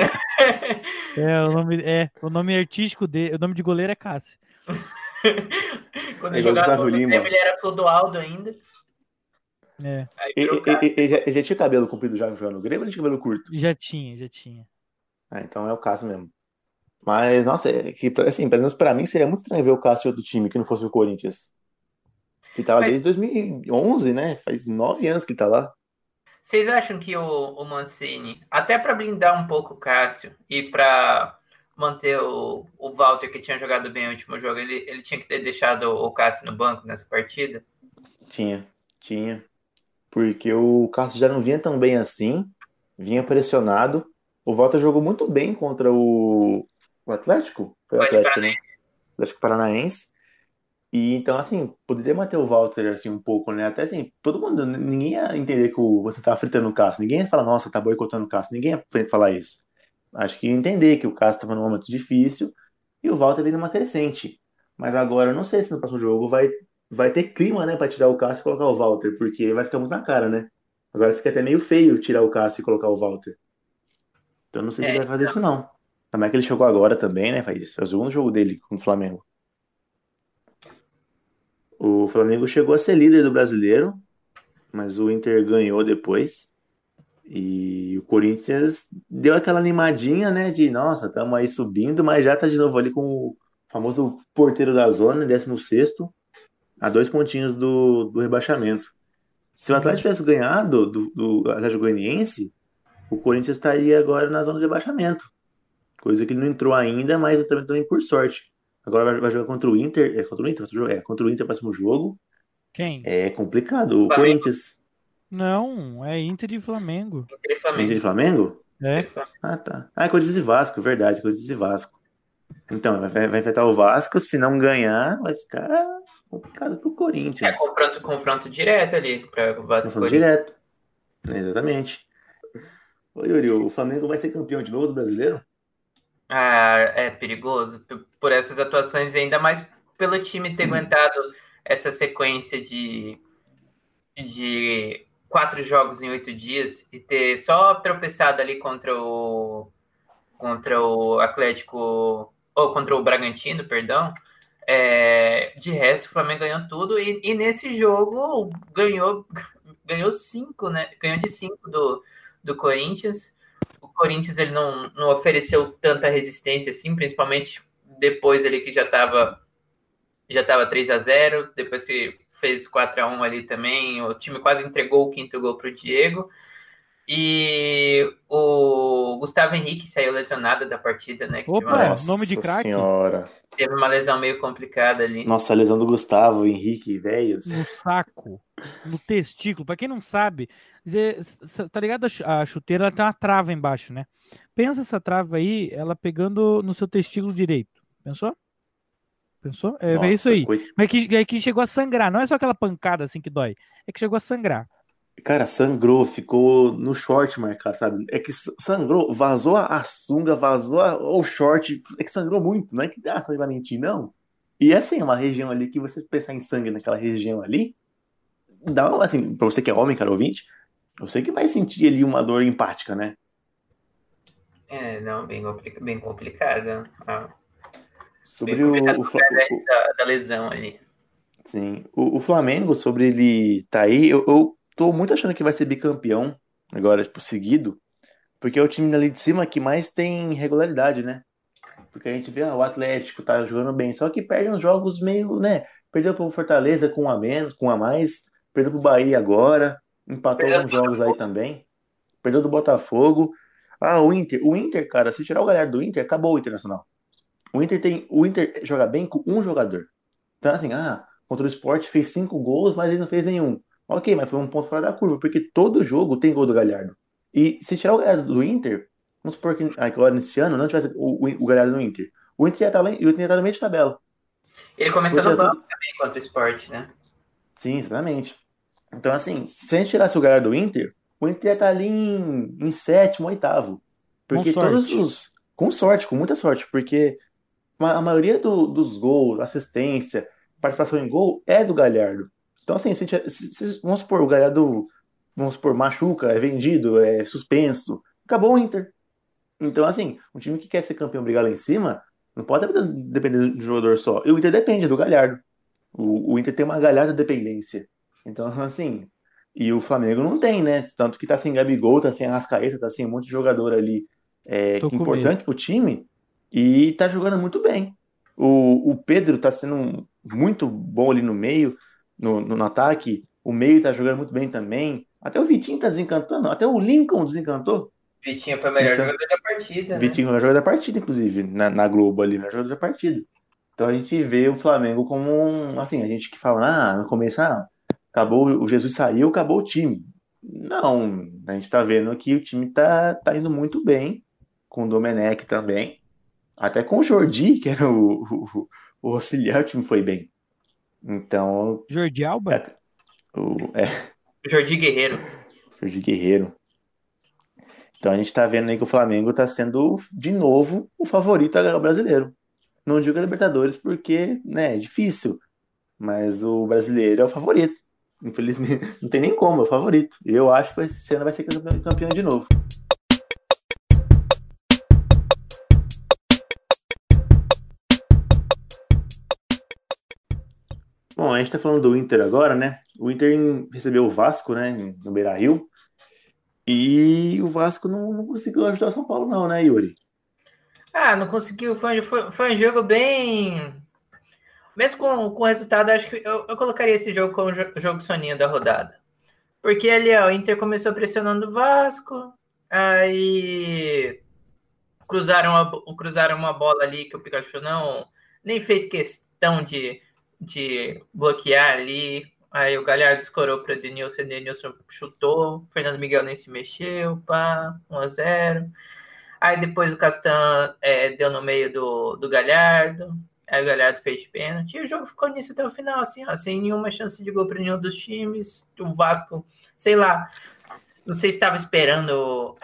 O nome artístico dele, o nome de goleiro é Cássio. Quando É ele igual o jogava Gustavo no Lima. Grêmio, ele era Clodoaldo ainda. É, Aí virou Cássio. Ele já tinha cabelo comprido já jogando no Grêmio ou ele tinha cabelo curto? já tinha. Ah, então é o Cássio mesmo. Mas, nossa, assim, pelo menos pra mim seria muito estranho ver o Cássio em outro time que não fosse o Corinthians. Que tava Mas desde 2011, né? Faz 9 anos que tá lá. vocês acham que o Mancini, até para blindar um pouco o Cássio e para manter o Walter, que tinha jogado bem no último jogo, ele tinha que ter deixado o Cássio no banco nessa partida? Tinha. Porque o Cássio já não vinha tão bem assim, vinha pressionado. O Volta jogou muito bem contra o Atlético. Foi o Atlético, né? Atlético Paranaense. E então, assim, poderia manter o Walter assim um pouco, né? Até assim, todo mundo, ninguém ia entender que você tá fritando o Cássio. Ninguém ia falar, nossa, tá boicotando o Cássio. Ninguém ia falar isso. Acho que ia entender que o Cássio tava num momento difícil e o Walter vindo numa crescente. Mas agora, eu não sei se no próximo jogo vai ter clima, né, pra tirar o Cássio e colocar o Walter, porque vai ficar muito na cara, né? Agora fica até meio feio tirar o Cássio e colocar o Walter. Então não sei se ele vai fazer isso, não. Também é que ele chegou agora também, né? Faz o segundo jogo dele com o Flamengo. O Flamengo chegou a ser líder do Brasileiro, mas o Inter ganhou depois. E o Corinthians deu aquela animadinha, né? De nossa, estamos aí subindo, mas já tá de novo ali com o famoso porteiro da zona, 16º, a 2 pontinhos do rebaixamento. Se o Atlético tivesse ganhado do Atlético Goianiense, o Corinthians estaria agora na zona de rebaixamento. Coisa que ele não entrou ainda, mas eu também por sorte. Agora vai jogar contra o Inter. É contra o Inter? Contra o Inter, próximo jogo. Quem? É complicado. O Flamengo. Corinthians. Não, é Inter e Flamengo. Inter e Flamengo? É. Ah, tá. Ah, é Corinthians e Vasco, verdade. Corinthians e Vasco. Então, vai enfrentar o Vasco, se não ganhar, vai ficar complicado pro É Corinthians. confronto direto ali para o Vasco e Confronto Corinthians. direto, exatamente. Ô, Yuri, o Flamengo vai ser campeão de novo do Brasileiro? Ah, é perigoso por essas atuações, ainda mais pelo time ter aguentado essa sequência de 4 jogos em 8 dias e ter só tropeçado ali contra o Atlético, ou contra o Bragantino, perdão. De resto, o Flamengo ganhou tudo e nesse jogo ganhou 5, né? Ganhou de 5 do Corinthians. O Corinthians ele não ofereceu tanta resistência assim, principalmente depois ali que já tava 3-0, depois que fez 4-1 ali também, o time quase entregou o quinto gol para o Diego. E o Gustavo Henrique saiu lesionado da partida, né? Que Opa, nome de Nossa craque. senhora. teve uma lesão meio complicada ali. Nossa, a lesão do Gustavo, Henrique, velhos. No saco, no testículo. Pra quem não sabe, tá ligado? A chuteira ela tem uma trava embaixo, né? Pensa essa trava aí, ela pegando no seu testículo direito. Pensou? Pensou? É isso Nossa, aí. Mas que chegou a sangrar. Não é só aquela pancada assim que dói. É que chegou a sangrar. cara, sangrou, ficou no short marcado, sabe? É que sangrou, vazou a sunga, vazou o short, é que sangrou muito, não é que sangue vai mentir, não. E assim, é uma região ali que você pensar em sangue naquela região ali, assim, pra você que é homem, cara ouvinte, eu sei que vai sentir ali uma dor empática, né? Não, bem complicada. Bem Sobre complicado o, por causa da lesão ali. sim, o Flamengo, sobre ele tá aí, eu tô muito achando que vai ser bicampeão agora, tipo, seguido, porque é o time ali de cima que mais tem regularidade, né? Porque a gente vê, o Atlético tá jogando bem, só que perde uns jogos meio, né? Perdeu pro Fortaleza com um a menos, com um a mais, perdeu pro Bahia agora, empatou Perdeu alguns jogos aí também, perdeu do Botafogo. Ah, o Inter, cara, se tirar o Galhardo do Inter, acabou o Internacional. O Inter joga bem com um jogador. Então, assim, contra o Sport fez 5 gols, mas ele não fez nenhum. Ok, mas foi um ponto fora da curva, porque todo jogo tem gol do Galhardo. E se tirar o Galhardo do Inter, vamos supor que agora nesse ano não tivesse o Galhardo no Inter. O Inter ia estar lá, o Inter ia estar no meio de tabela. Ele Se for começou no tirar banco todo. também contra o Sport, né? Sim, exatamente. Então, assim, se a gente tirasse o Galhardo do Inter, o Inter ia estar ali em sétimo, oitavo. Com Porque todos sorte. os. Com sorte, com muita sorte, porque a maioria dos gols, assistência, participação em gol é do Galhardo. Então, assim, vamos supor, o Galhardo, vamos supor, machuca, é vendido, é suspenso, acabou o Inter. Então, assim, um time que quer ser campeão, brigar lá em cima, não pode depender de um jogador só. E o Inter depende do Galhardo. O Inter tem uma galhada dependência. Então, assim, e o Flamengo não tem, né? Tanto que tá sem Gabigol, tá sem Arrascaeta, tá sem um monte de jogador ali Tô com medo. importante pro time e tá jogando muito bem. O Pedro tá sendo muito bom ali no meio, no ataque. O meio tá jogando muito bem também. Até o Vitinho tá desencantando, até o Lincoln desencantou. Vitinho foi o melhor Então, jogador da partida, né? Vitinho vai jogar da partida, inclusive, na Globo ali, vai jogar da partida. Então a gente vê o Flamengo como assim, a gente que fala, no começo, acabou, o Jesus saiu, acabou o time. Não, a gente tá vendo que o time tá indo muito bem, com o Domenech também, até com o Jordi, que era o auxiliar, o time foi bem. Então, Jordi Alba? é, é Jordi Guerreiro. o Jordi Guerreiro. Então a gente tá vendo aí que o Flamengo tá sendo, de novo, o favorito a ganhar o brasileiro. Não digo a Libertadores porque, né, é difícil. Mas o brasileiro é o favorito. Infelizmente, não tem nem como, é o favorito. Eu acho que esse ano vai ser campeão de novo. Bom, a gente tá falando do Inter agora, né? O Inter recebeu o Vasco, né, no Beira-Rio. E o Vasco não conseguiu ajudar o São Paulo, não, né, Yuri? Não conseguiu. Foi um jogo bem. Mesmo com o resultado, acho que eu colocaria esse jogo como jogo soninho da rodada. Porque ali, ó, o Inter começou pressionando o Vasco, aí cruzaram uma bola ali que o Pikachu nem fez questão de bloquear ali. Aí o Galhardo escorou para Denilson chutou, Fernando Miguel nem se mexeu, pá, 1-0. Aí depois o Castan deu no meio do Galhardo. Aí o Galhardo fez de pênalti. E o jogo ficou nisso até o final, assim, ó, sem nenhuma chance de gol para nenhum dos times. O Vasco, sei lá, não sei se estava esperando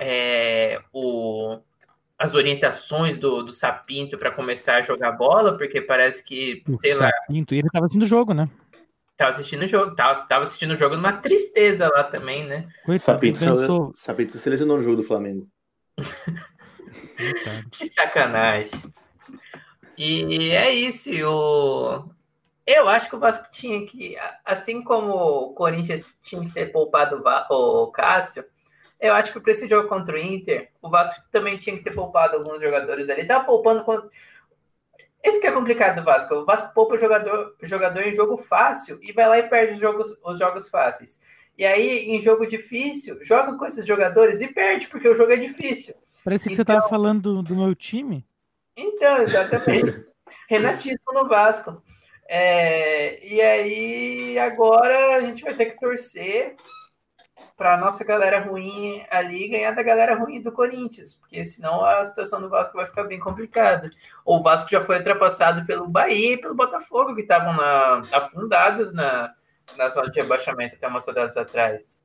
as orientações do Sapinto para começar a jogar bola, porque parece que, sei lá, Sapinto, ele tava assistindo o jogo, né? tava assistindo o jogo, tava assistindo o jogo numa tristeza lá também, né? Coitado, ele pensou. Sapinto selecionou no jogo do Flamengo. Coitado. Que sacanagem. E é isso. Eu acho que o Vasco tinha que, assim como o Corinthians tinha que ter poupado o Cássio, eu acho que para esse jogo contra o Inter, o Vasco também tinha que ter poupado alguns jogadores ali. Tá poupando quando. Esse que é complicado do Vasco. O Vasco poupa o jogador em jogo fácil e vai lá e perde os jogos fáceis. E aí, em jogo difícil, joga com esses jogadores e perde, porque o jogo é difícil. Parece que você tava falando do meu time. Então, exatamente. Renatismo no Vasco. E aí, agora a gente vai ter que torcer para a nossa galera ruim ali ganhar da galera ruim do Corinthians, porque senão a situação do Vasco vai ficar bem complicada. O Vasco já foi ultrapassado pelo Bahia e pelo Botafogo, que estavam afundados na zona de rebaixamento até umas rodadas atrás.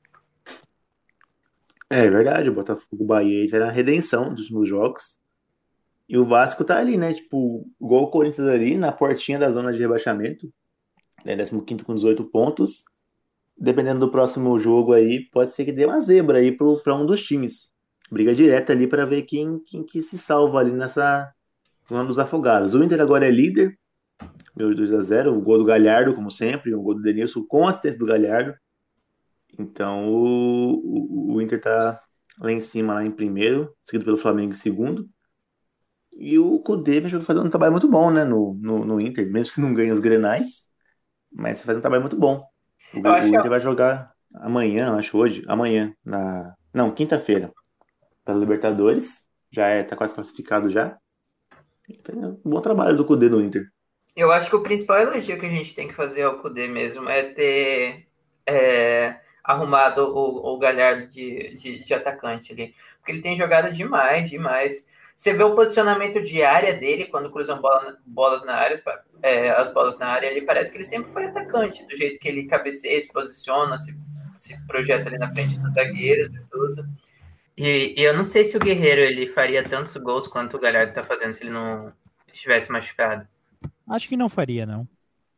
É verdade, o Botafogo, o Bahia tiveram a redenção dos últimos jogos. E o Vasco tá ali, né? Tipo, igual o Corinthians ali, na portinha da zona de rebaixamento, né? 15º com 18 pontos. Dependendo do próximo jogo aí, pode ser que dê uma zebra aí pra um dos times. Briga direta ali para ver quem que se salva ali nessa zona dos afogados. O Inter agora é líder, 2-0, o gol do Galhardo, como sempre, o gol do Denilson com assistência do Galhardo. Então o Inter tá lá em cima, lá em primeiro, seguido pelo Flamengo em segundo. E o Kudê vem fazendo um trabalho muito bom, né, no Inter, mesmo que não ganhe os Grenais, mas faz um trabalho muito bom. O Inter vai jogar amanhã, acho hoje, não, quinta-feira, pela Libertadores, tá quase classificado já. Um bom trabalho do Kudê no Inter. Eu acho que o principal elogio que a gente tem que fazer ao Kudê mesmo é ter arrumado o Galhardo de atacante ali, porque ele tem jogado demais. Você vê o posicionamento de área dele quando cruzam bolas na área, as bolas na área, ele parece que ele sempre foi atacante, do jeito que ele cabeceia, se posiciona, se projeta ali na frente dos zagueiros e tudo. E eu não sei se o Guerreiro ele faria tantos gols quanto o Galhardo tá fazendo se ele não estivesse machucado. Acho que não faria, não.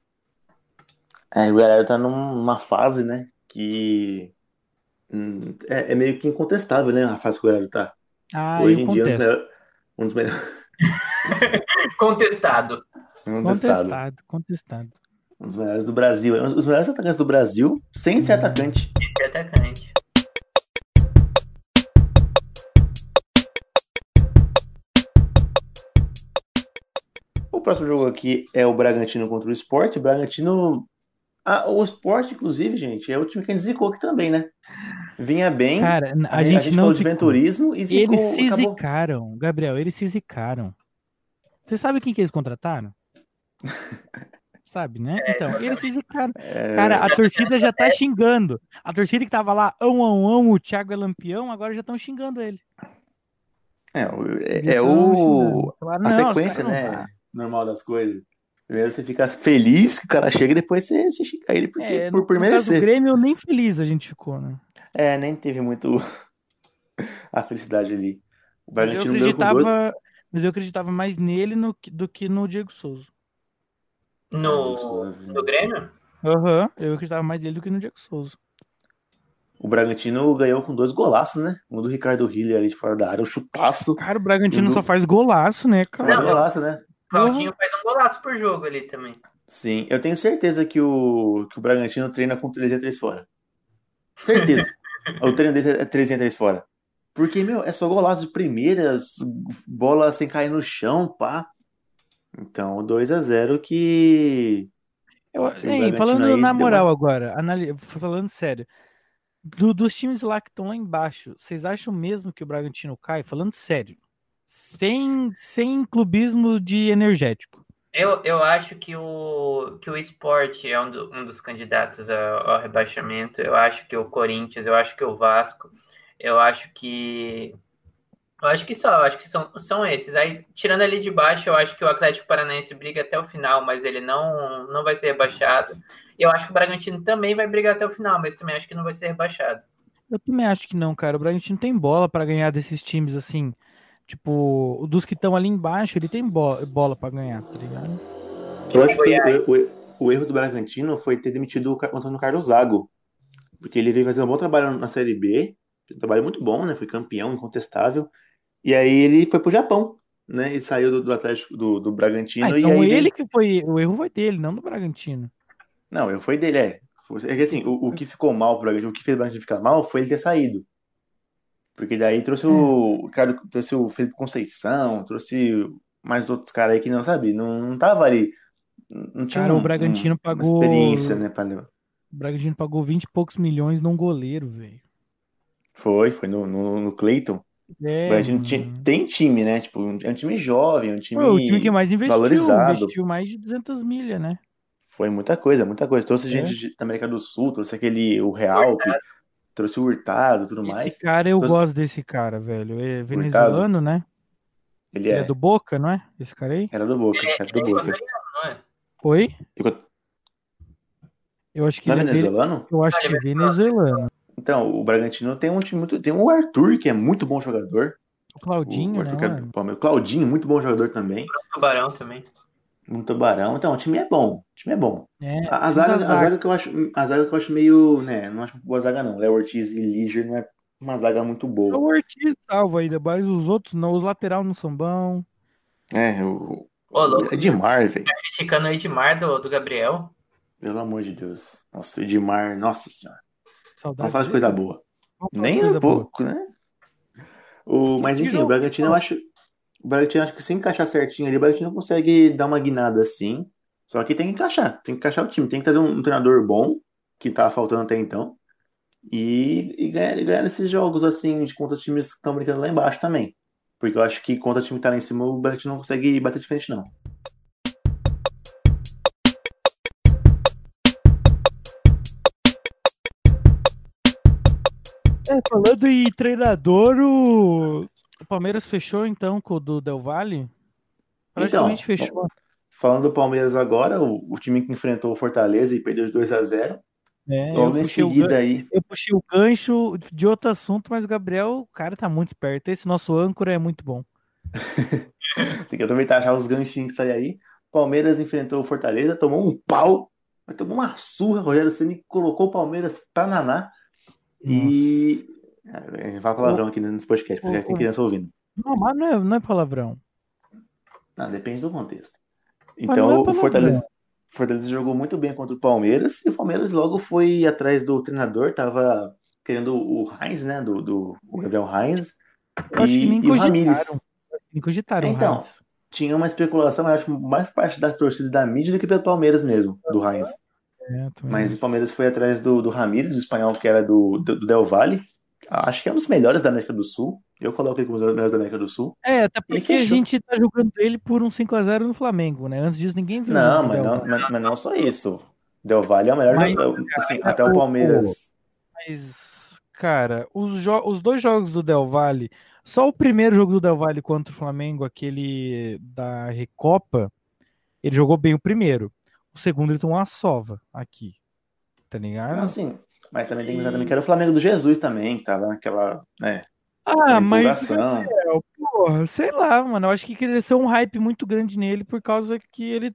O Galhardo tá numa fase, né, que é meio que incontestável, né, a fase que o Galhardo tá. Hoje Eu em dia, contesto. um dos melhores. Contestado. Contestado. Um dos melhores do Brasil. Um dos melhores atacantes do Brasil, sem ser atacante. Esse é atacante. O próximo jogo aqui é o Bragantino contra o Sport. O Bragantino. O Sport, inclusive, gente, é o time que a gente zicou aqui também, né? Vinha bem. Cara, a gente não falou de zicou. venturismo e zicou. Eles se acabou. zicaram, Gabriel, eles se zicaram. Você sabe quem que eles contrataram? Sabe, né? Então, eles se zicaram. Cara, a torcida já tá xingando. A torcida que tava lá, o Thiago é lampião, agora já estão xingando ele. A sequência, né? Normal das coisas. Primeiro você fica feliz que o cara chega e depois você xinga ele por merecer. No caso do Grêmio, nem feliz a gente ficou, né? Nem teve muito a felicidade ali. O Mas eu acreditava mais nele do que no Diego Souza. No Grêmio? Eu acreditava mais nele do que no Diego Souza. O Bragantino ganhou com 2 golaços, né? Um do Ricardo Hiller ali de fora da área, um chutaço. Cara, o Bragantino só faz golaço, né, cara? Só faz golaço, né? Claudinho faz um golaço por jogo ali também. Sim, eu tenho certeza que o Bragantino treina com 3x3 fora. Certeza. O treino dele é 3x3 fora. Porque, é só golaço de primeiras, bola sem cair no chão, pá. Então, 2x0 que falando na moral agora, falando sério, dos times lá que estão lá embaixo, vocês acham mesmo que o Bragantino cai? Falando sério, sem clubismo de energético. Eu acho que o Sport é um dos candidatos ao rebaixamento. Eu acho que o Corinthians, eu acho que o Vasco, eu acho que Eu acho que só, eu acho que são esses. Aí, tirando ali de baixo, eu acho que o Atlético Paranaense briga até o final, mas ele não vai ser rebaixado. E eu acho que o Bragantino também vai brigar até o final, mas também acho que não vai ser rebaixado. Eu também acho que não, cara. O Bragantino tem bola pra ganhar desses times assim. Tipo, dos que estão ali embaixo, ele tem bola pra ganhar, tá ligado? Eu Tipo o acho que Goiás. o erro do Bragantino foi ter demitido o Antônio Carlos Zago, porque ele veio fazer um bom trabalho na Série B, um trabalho muito bom, né? Foi campeão, incontestável. E aí ele foi pro Japão, né? E saiu do Atlético, do Ah, Bragantino, e então aí ele veio. que foi. O erro foi dele, não do Bragantino. Não, eu foi dele, é. É que assim, o que ficou mal pro Bragantino, o que fez o Bragantino ficar mal foi ele ter saído. Porque daí trouxe É. o cara, trouxe o Felipe Conceição, trouxe mais outros caras aí que não sabe, não tava ali, não tinha Cara, o Bragantino uma experiência, pagou. né, O Bragantino pagou 20 e poucos milhões num goleiro, velho. foi no Cleiton. O É, Bragantino mano. tem time, né? Tipo, é um time jovem, é um Foi o time que time mais investiu. valorizado. Investiu mais de 200 milha, né? Foi muita coisa, muita coisa. Trouxe gente É. da América do Sul, trouxe o Realpe, trouxe o Hurtado e tudo Esse mais. cara, eu Trouxe gosto desse cara, velho. É o Hurtado, venezuelano, né? ele Ele é do Boca, não é? Esse cara aí? era do É Boca. equatoriano, não é? Oi? Ficou- Eu acho que Não é ele é dele. venezuelano? Eu acho Ah, que é ele venezuelano. Então, o Bragantino tem um time muito. Tem o Arthur, que é muito bom jogador. O O Claudinho, né, Arthur, que é do mano? Palmeiras. O Claudinho, muito bom jogador também. é Tubarão também. Um Tubarão. Então, o time é bom. O time é bom. É, A temos a zaga, a zaga. zaga que eu acho, a zaga que eu acho meio, né, não acho boa zaga não. Léo Ortiz e Liger não é uma zaga muito É boa. o Ortiz salva ainda, mas os outros não. Os lateral não são bons. É, Ô, o louco, Edmar, velho. criticando o Edmar do Gabriel. Pelo amor de Deus. Nossa, o Edmar, nossa senhora. Não Saudades fala de coisa dele? boa. Vamos falar de Nem um coisa boa. pouco, né? Mas Que enfim, o jogo? Bragantino eu acho. O Bragantino acho que se encaixar certinho ali, o Bragantino consegue dar uma guinada assim. Só que tem que encaixar o time, tem que trazer um treinador bom, que tá faltando até então, e ganhar esses jogos assim, de contra os times que estão brincando lá embaixo também. Porque eu acho que contra o time que tá lá em cima, o Bragantino não consegue bater de frente, não. É, falando em treinador, o Palmeiras fechou então com o do Del Valle? Praticamente Então, fechou. falando do Palmeiras agora, o time que enfrentou o Fortaleza e perdeu de 2-0. É, Logo em seguida aí, eu puxei o gancho de outro assunto, mas o Gabriel, o cara tá muito esperto. Esse nosso âncora é muito bom. tem que aproveitar já os ganchinhos que saem aí. Palmeiras enfrentou o Fortaleza, tomou um pau, mas tomou uma surra. Rogério Ceni colocou o Palmeiras pra naná. Nossa. E. Fala palavrão aqui nesse podcast, porque já tem O- criança ouvindo. Não, mas não é palavrão. Não, depende do contexto. Mas não é Então, palavrão. O Fortaleza jogou muito bem contra o Palmeiras, e o Palmeiras logo foi atrás do treinador, tava querendo o Heinz, né? O Gabriel Heinz Eu acho que nem e o cogitaram. Ramires. Nem cogitaram o Então, Heinz. tinha uma especulação, eu acho, mais por parte da torcida e da mídia do que pelo Palmeiras mesmo, do Heinz. É, eu também Mas o acho. Palmeiras foi atrás do Ramires, o espanhol que era do Del Valle. Acho que é um dos melhores da América do Sul. Eu coloco ele como um dos melhores da América do Sul. É, até E porque a fechou. gente tá jogando ele por um 5-0 no Flamengo, né? Antes disso, ninguém viu o jogo Não, do Del Valle. mas não só isso. Del Valle é o melhor Mas, jogador. Assim, cara, até o Palmeiras. cara, os dois jogos do Del Valle, só o primeiro jogo do Del Valle contra o Flamengo, aquele da Recopa, ele jogou bem o primeiro. O segundo ele tomou uma sova aqui, tá Não, ligado? assim. Mas também tem que pensar também que E... era o Flamengo do Jesus também, que tava naquela, né, Ah, aquela mas, empolgação. porra, sei lá, mano, eu acho que cresceu um hype muito grande nele por causa que ele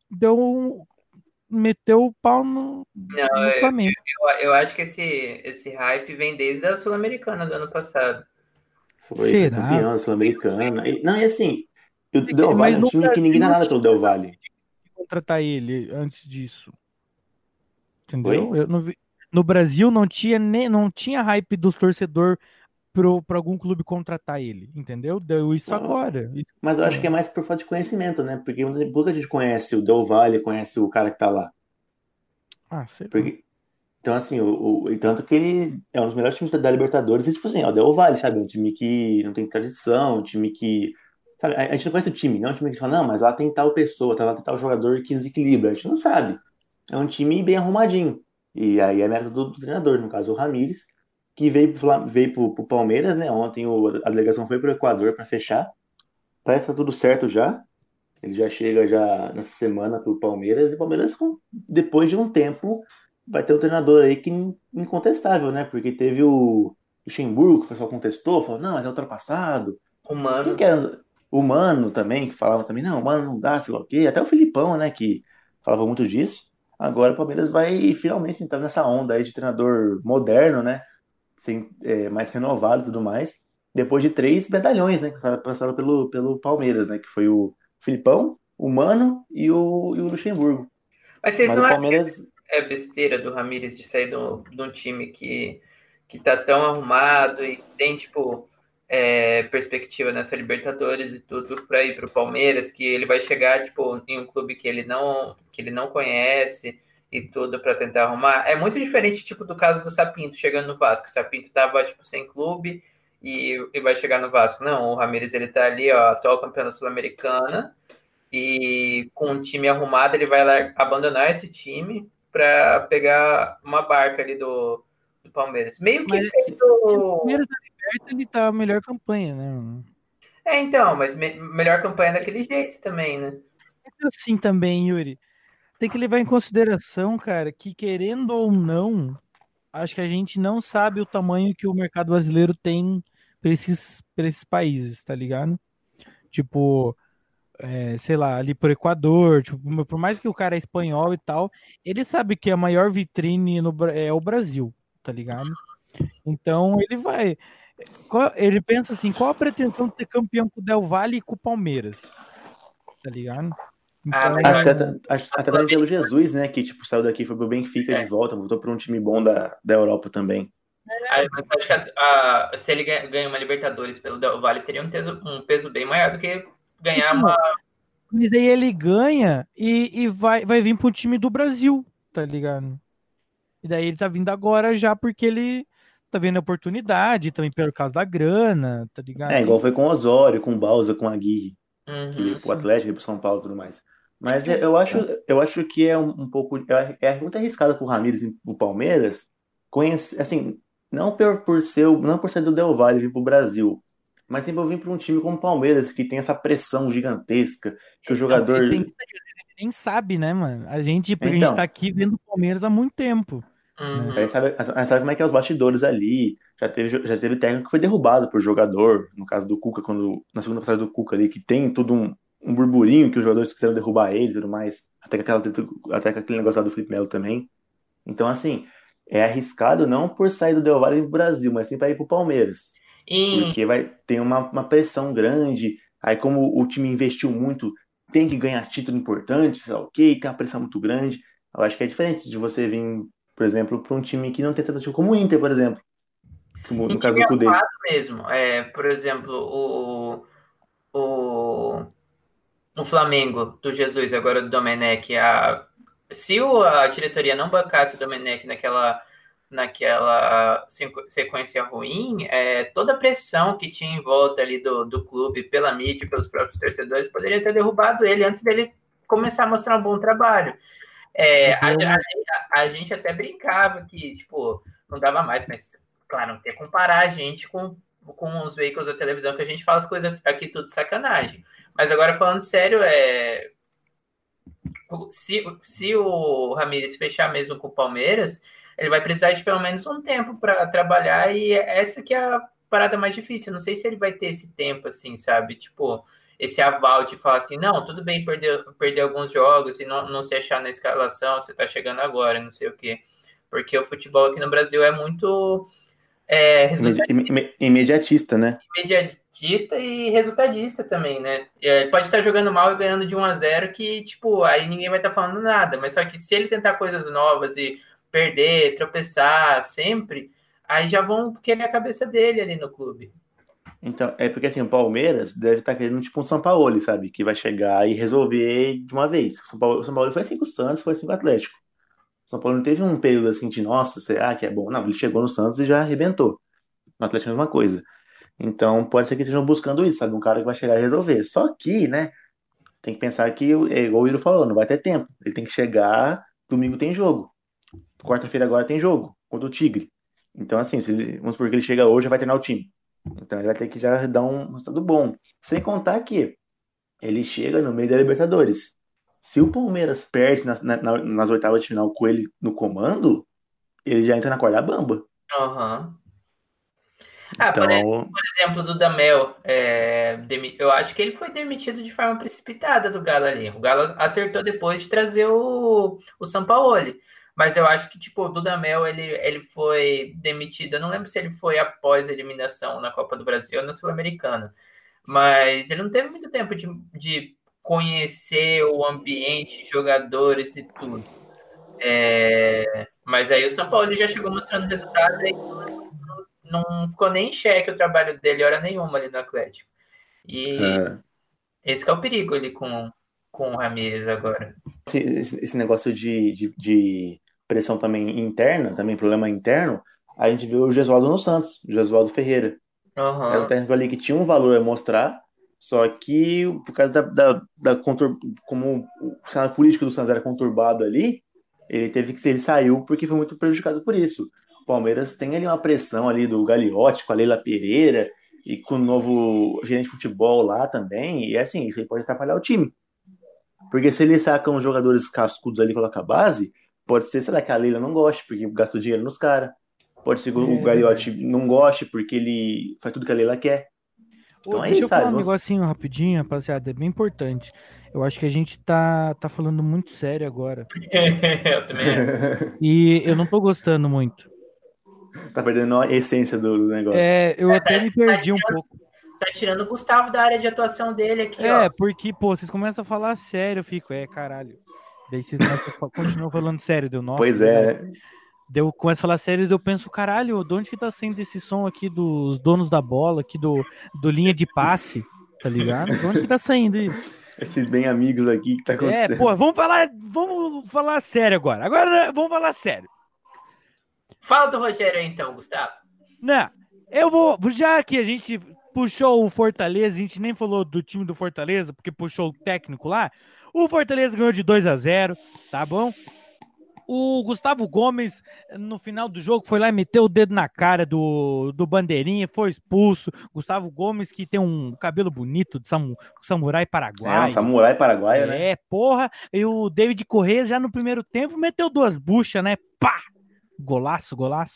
meteu o pau Não, no Flamengo. eu acho que esse hype vem desde a Sul-Americana do ano passado. Foi Será? campeão sul-americana. Não, e assim, o Del Valle Mas é um no time que Brasil ninguém dá não nada pelo tinha Del Valle. que contratar ele antes disso. Entendeu? Oi? Eu não vi- No Brasil não tinha hype dos torcedores pra algum clube contratar ele, entendeu? Deu isso agora. Isso que eu Mas tô eu acho que é falando. mais por falta de conhecimento, né? Porque pouca gente conhece o Del Valle, conhece o cara que tá lá. Ah, sei lá. Porque, então, assim, e tanto que ele é um dos melhores times da Libertadores, e, tipo assim, é o Del Valle, sabe? Um time que não tem tradição, um time que. Sabe? A gente não conhece o time, não é um time que fala, não, mas lá tem tal pessoa, tá lá tem tal jogador que desequilibra. A gente não sabe. É um time bem arrumadinho. E aí é mérito do treinador, no caso o Ramires. que veio pro Palmeiras, né? Ontem a delegação foi pro Equador para fechar. Parece que tá tudo certo já. Ele já chega já nessa semana pro Palmeiras. E o Palmeiras, depois de um tempo, vai ter um treinador aí que incontestável, né? Porque teve o Luxemburgo, que o pessoal contestou, falou, não, mas é ultrapassado. Quem Humano. que era? O Mano também, que falava também, não, o Mano não dá, sei lá o quê. Até o Filipão, né, que falava muito disso. Agora o Palmeiras vai finalmente entrar nessa onda aí de treinador moderno, né? Mais renovado e tudo mais. Depois de 3 medalhões, né? Que passaram pelo Palmeiras, né? Que foi o Filipão, o Mano e o Luxemburgo. Mas vocês Mas não o acham Palmeiras. que é besteira do Ramires de sair de um time que tá tão arrumado e tem, tipo, perspectiva nessa Libertadores e tudo para ir pro Palmeiras, que ele vai chegar, tipo, em um clube que ele não conhece e tudo para tentar arrumar? É muito diferente, tipo, do caso do Sapinto chegando no Vasco. O Sapinto tava, tipo, sem clube e vai chegar no Vasco. Não, o Ramires, ele tá ali, ó, atual campeão da Sul-Americana, e com o time arrumado, ele vai lá abandonar esse time para pegar uma barca ali do Palmeiras. Meio que Mas fez o o. Palmeiras na Liberta, ele tá a melhor campanha, né, mano? Então, mas melhor campanha daquele jeito também, né? É assim também, Yuri. Tem que levar em consideração, cara, que querendo ou não, acho que a gente não sabe o tamanho que o mercado brasileiro tem pra esses países, tá ligado? Tipo, sei lá, ali pro Equador, tipo, por mais que o cara é espanhol e tal, ele sabe que a maior vitrine é o Brasil, tá ligado? Então ele vai. Ele pensa assim, qual a pretensão de ser campeão com o Del Valle e com o Palmeiras, tá ligado? Ah, mas eu Então, Acho que até tem pelo Jesus, né? Que tipo, saiu daqui, foi pro Benfica de volta, voltou para um time bom da Europa também. mas acho que se ele ganha uma Libertadores pelo Del Valle, teria um peso bem maior do que ganhar uma. então, mas aí ele ganha e vai vir pro time do Brasil, tá ligado? E daí ele tá vindo agora já porque ele tá vendo a oportunidade, também pelo causa da grana, tá ligado? Igual foi com o Osório, com o Bausa, com a Aguirre, que veio pro Isso. Atlético, veio pro São Paulo e tudo mais. Mas Então, eu acho que é um pouco. É muito arriscado pro Ramires ir pro Palmeiras, assim, não por ser do Del Valle vir pro Brasil, mas sempre vir para um time como o Palmeiras, que tem essa pressão gigantesca, que o não, jogador. ele tem que sair, ele nem sabe, né, mano? Porque a gente tá Então, aqui vendo o Palmeiras há muito tempo, né? a Uhum. gente sabe como é que é os bastidores ali. Já teve técnico que foi derrubado por jogador, no caso do Cuca, na segunda passagem do Cuca ali, que tem todo um burburinho que os jogadores quiseram derrubar ele e tudo mais. Até com aquele negócio lá do Felipe Melo também. Então, assim, é arriscado não por sair do Del Valle pro Brasil, mas sim para ir pro Palmeiras. E, Porque vai ter uma pressão grande. Aí, como o time investiu muito, tem que ganhar título importante, sei lá o quê, e tem uma pressão muito grande. Eu acho que é diferente de você vir, por exemplo, para um time que não tem estatístico como o Inter, por exemplo, em no caso time do Kudê. arrumado mesmo. Por exemplo, o Flamengo do Jesus, agora do Domenech, se a diretoria não bancasse o Domenech naquela sequência ruim, toda a pressão que tinha em volta ali do clube, pela mídia, pelos próprios torcedores, poderia ter derrubado ele antes dele começar a mostrar um bom trabalho. E A gente até brincava que, tipo, não dava mais, mas, claro, não tem que comparar a gente com os veículos da televisão, que a gente fala as coisas aqui tudo de sacanagem. Mas agora, falando sério, se o Ramires fechar mesmo com o Palmeiras, ele vai precisar de pelo menos um tempo para trabalhar, e essa que é a parada mais difícil. Não sei se ele vai ter esse tempo, assim, sabe? Tipo, esse aval de falar assim, não, tudo bem perder alguns jogos e não se achar na escalação, você tá chegando agora, não sei o quê. Porque o futebol aqui no Brasil é muito Imediatista, né? imediatista e resultadista também, né? Ele pode estar jogando mal e ganhando de 1-0 que, tipo, aí ninguém vai estar falando nada. Mas só que se ele tentar coisas novas e perder, tropeçar sempre, aí já vão querer a cabeça dele ali no clube. Então, é porque assim, o Palmeiras deve estar querendo tipo um São Paulo, sabe? Que vai chegar e resolver de uma vez. O São Paulo foi assim com o Santos, foi assim com o Atlético. O São Paulo não teve um período assim de, nossa, será que é bom? Não, ele chegou no Santos e já arrebentou. No Atlético é a mesma coisa. Então, pode ser que estejam buscando isso, sabe? Um cara que vai chegar e resolver. Só que, né, tem que pensar que, é igual o Iro falou, não vai ter tempo. Ele tem que chegar, domingo tem jogo. Quarta-feira agora tem jogo contra o Tigre. Então, assim, vamos supor que ele chega hoje e vai treinar o time. Então ele vai ter que já dar um resultado bom. Sem contar que ele chega no meio da Libertadores. Se o Palmeiras perde nas oitavas de final com ele no comando, ele já entra na corda bamba. Aham. Por Então, exemplo, do Dudamel, eu acho que ele foi demitido de forma precipitada do Galo ali. O Galo acertou depois de trazer o Sampaoli. Mas eu acho que, tipo, o Dudamel, ele foi demitido. Eu não lembro se ele foi após a eliminação na Copa do Brasil ou na Sul-Americana. Mas ele não teve muito tempo de conhecer o ambiente, jogadores e tudo. Mas aí o São Paulo já chegou mostrando resultado e não ficou nem em xeque o trabalho dele hora nenhuma ali no Atlético. E esse que é o perigo ali com o Ramires agora. esse negócio de pressão também interna, também problema interno, a gente vê o Gesualdo no Santos, o Gesualdo Ferreira. Era um Uhum. técnico ali que tinha um valor a mostrar, só que por causa como o cenário político do Santos era conturbado ali, ele saiu porque foi muito prejudicado por isso. O Palmeiras tem ali uma pressão ali do Gagliotti com a Leila Pereira e com o novo gerente de futebol lá também, e assim, isso aí pode atrapalhar o time. Porque se ele saca uns jogadores cascudos ali e coloca a base, pode ser, sei lá, que a Leila não goste, porque gastou dinheiro nos caras. Pode ser que o Gagliotti não goste, porque ele faz tudo que a Leila quer. Ô, Então é deixa isso, eu falar sabe? um negocinho rapidinho, rapaziada, é bem importante. Eu acho que a gente tá falando muito sério agora. Eu também acho. E eu não tô gostando muito. Tá perdendo a essência do negócio. Eu até me perdi um pouco. Tá tirando o Gustavo da área de atuação dele aqui, ó. Porque, pô, vocês começam a falar sério, eu fico, caralho. Daí vocês começam continuam falando sério, deu, nossa, Pois verdade. é, né? Daí eu começo a falar sério e eu penso, caralho, de onde que tá saindo esse som aqui dos donos da bola, aqui do linha de passe, tá ligado? De onde que tá saindo isso? Esses bem amigos aqui que tá acontecendo. Pô, vamos falar sério agora. Agora vamos falar sério. Fala do Rogério aí então, Gustavo. Não, já que a gente puxou o Fortaleza, a gente nem falou do time do Fortaleza, porque puxou o técnico lá. O Fortaleza ganhou de 2-0, tá bom? O Gustavo Gomes, no final do jogo, foi lá e meteu o dedo na cara do Bandeirinha, foi expulso. Gustavo Gomes, que tem um cabelo bonito de samurai paraguaio. Um samurai paraguaio, né? Porra. E o David Corrêa, já no primeiro tempo, meteu 2 buchas, né? Pá! Golaço.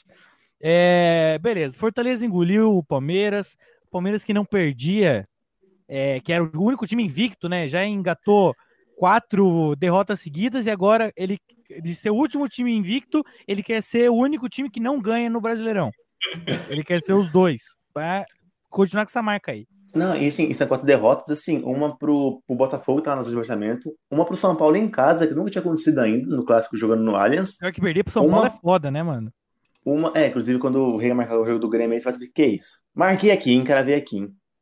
Beleza, Fortaleza engoliu o Palmeiras. O Palmeiras que não perdia, que era o único time invicto, né? Já engatou 4 derrotas seguidas e agora ele, de ser o último time invicto, ele quer ser o único time que não ganha no Brasileirão. Ele quer ser os 2. Pra continuar com essa marca aí. Não, e assim, são 4 derrotas, assim, uma pro Botafogo, tá na zona de rebaixamento, uma pro São Paulo em casa, que nunca tinha acontecido ainda, no clássico jogando no Allianz. Pior que perder pro São Paulo é foda, né, mano? Inclusive quando o Rei marcar o jogo do Grêmio, aí você vai saber o que é isso. Marquei aqui, encaravei aqui.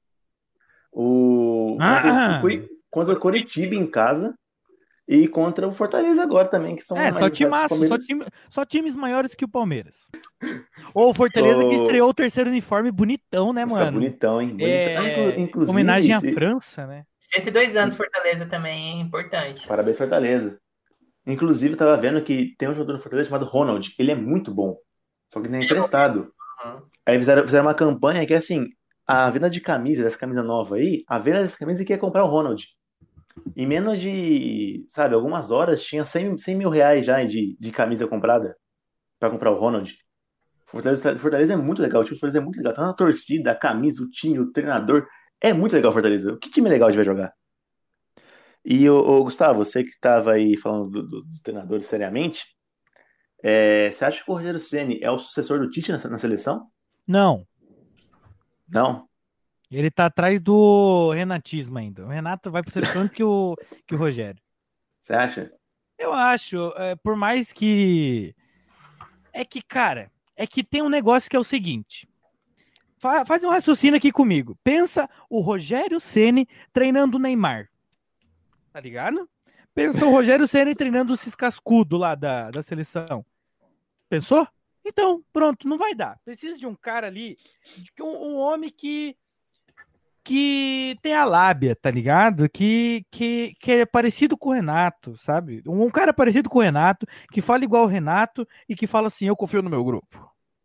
Contra o Coritiba em casa e contra o Fortaleza agora também, que são só timaço, só times maiores que o Palmeiras. Ou o Fortaleza que estreou o terceiro uniforme bonitão, né, mano? Nossa, bonitão, hein? Inclusive, homenagem à França, né? 102 anos Fortaleza também é importante. Parabéns, Fortaleza. Inclusive, eu tava vendo que tem um jogador no Fortaleza chamado Ronald. Ele é muito bom, só que ele é emprestado. Uhum. Aí fizeram uma campanha que é assim, a venda de camisa, dessa camisa nova aí, a venda dessa camisa que ia comprar o Ronald. Em menos de, sabe, algumas horas, tinha 100 mil reais já de camisa comprada pra comprar o Ronald. Fortaleza é muito legal, o time do Fortaleza é muito legal. Tá na torcida, a camisa, o time, o treinador. É muito legal o Fortaleza. Que time legal de ver jogar. E, Gustavo, você que estava aí falando dos treinadores seriamente, você acha que o Rogério Ceni é o sucessor do Tite na seleção? Não. Não? Ele tá atrás do renatismo ainda. O Renato vai pro seleção antes que o Rogério. Você acha? Eu acho, por mais que... cara, tem um negócio que é o seguinte. Faz um raciocínio aqui comigo. Pensa o Rogério Ceni treinando o Neymar. Tá ligado? Pensa o Rogério Ceni treinando o Ciscascudo lá da seleção. Pensou? Então, pronto, não vai dar. Precisa de um cara ali, um homem que tem a lábia, tá ligado? Que é parecido com o Renato, sabe? Um cara parecido com o Renato, que fala igual o Renato e que fala assim, eu confio no meu grupo.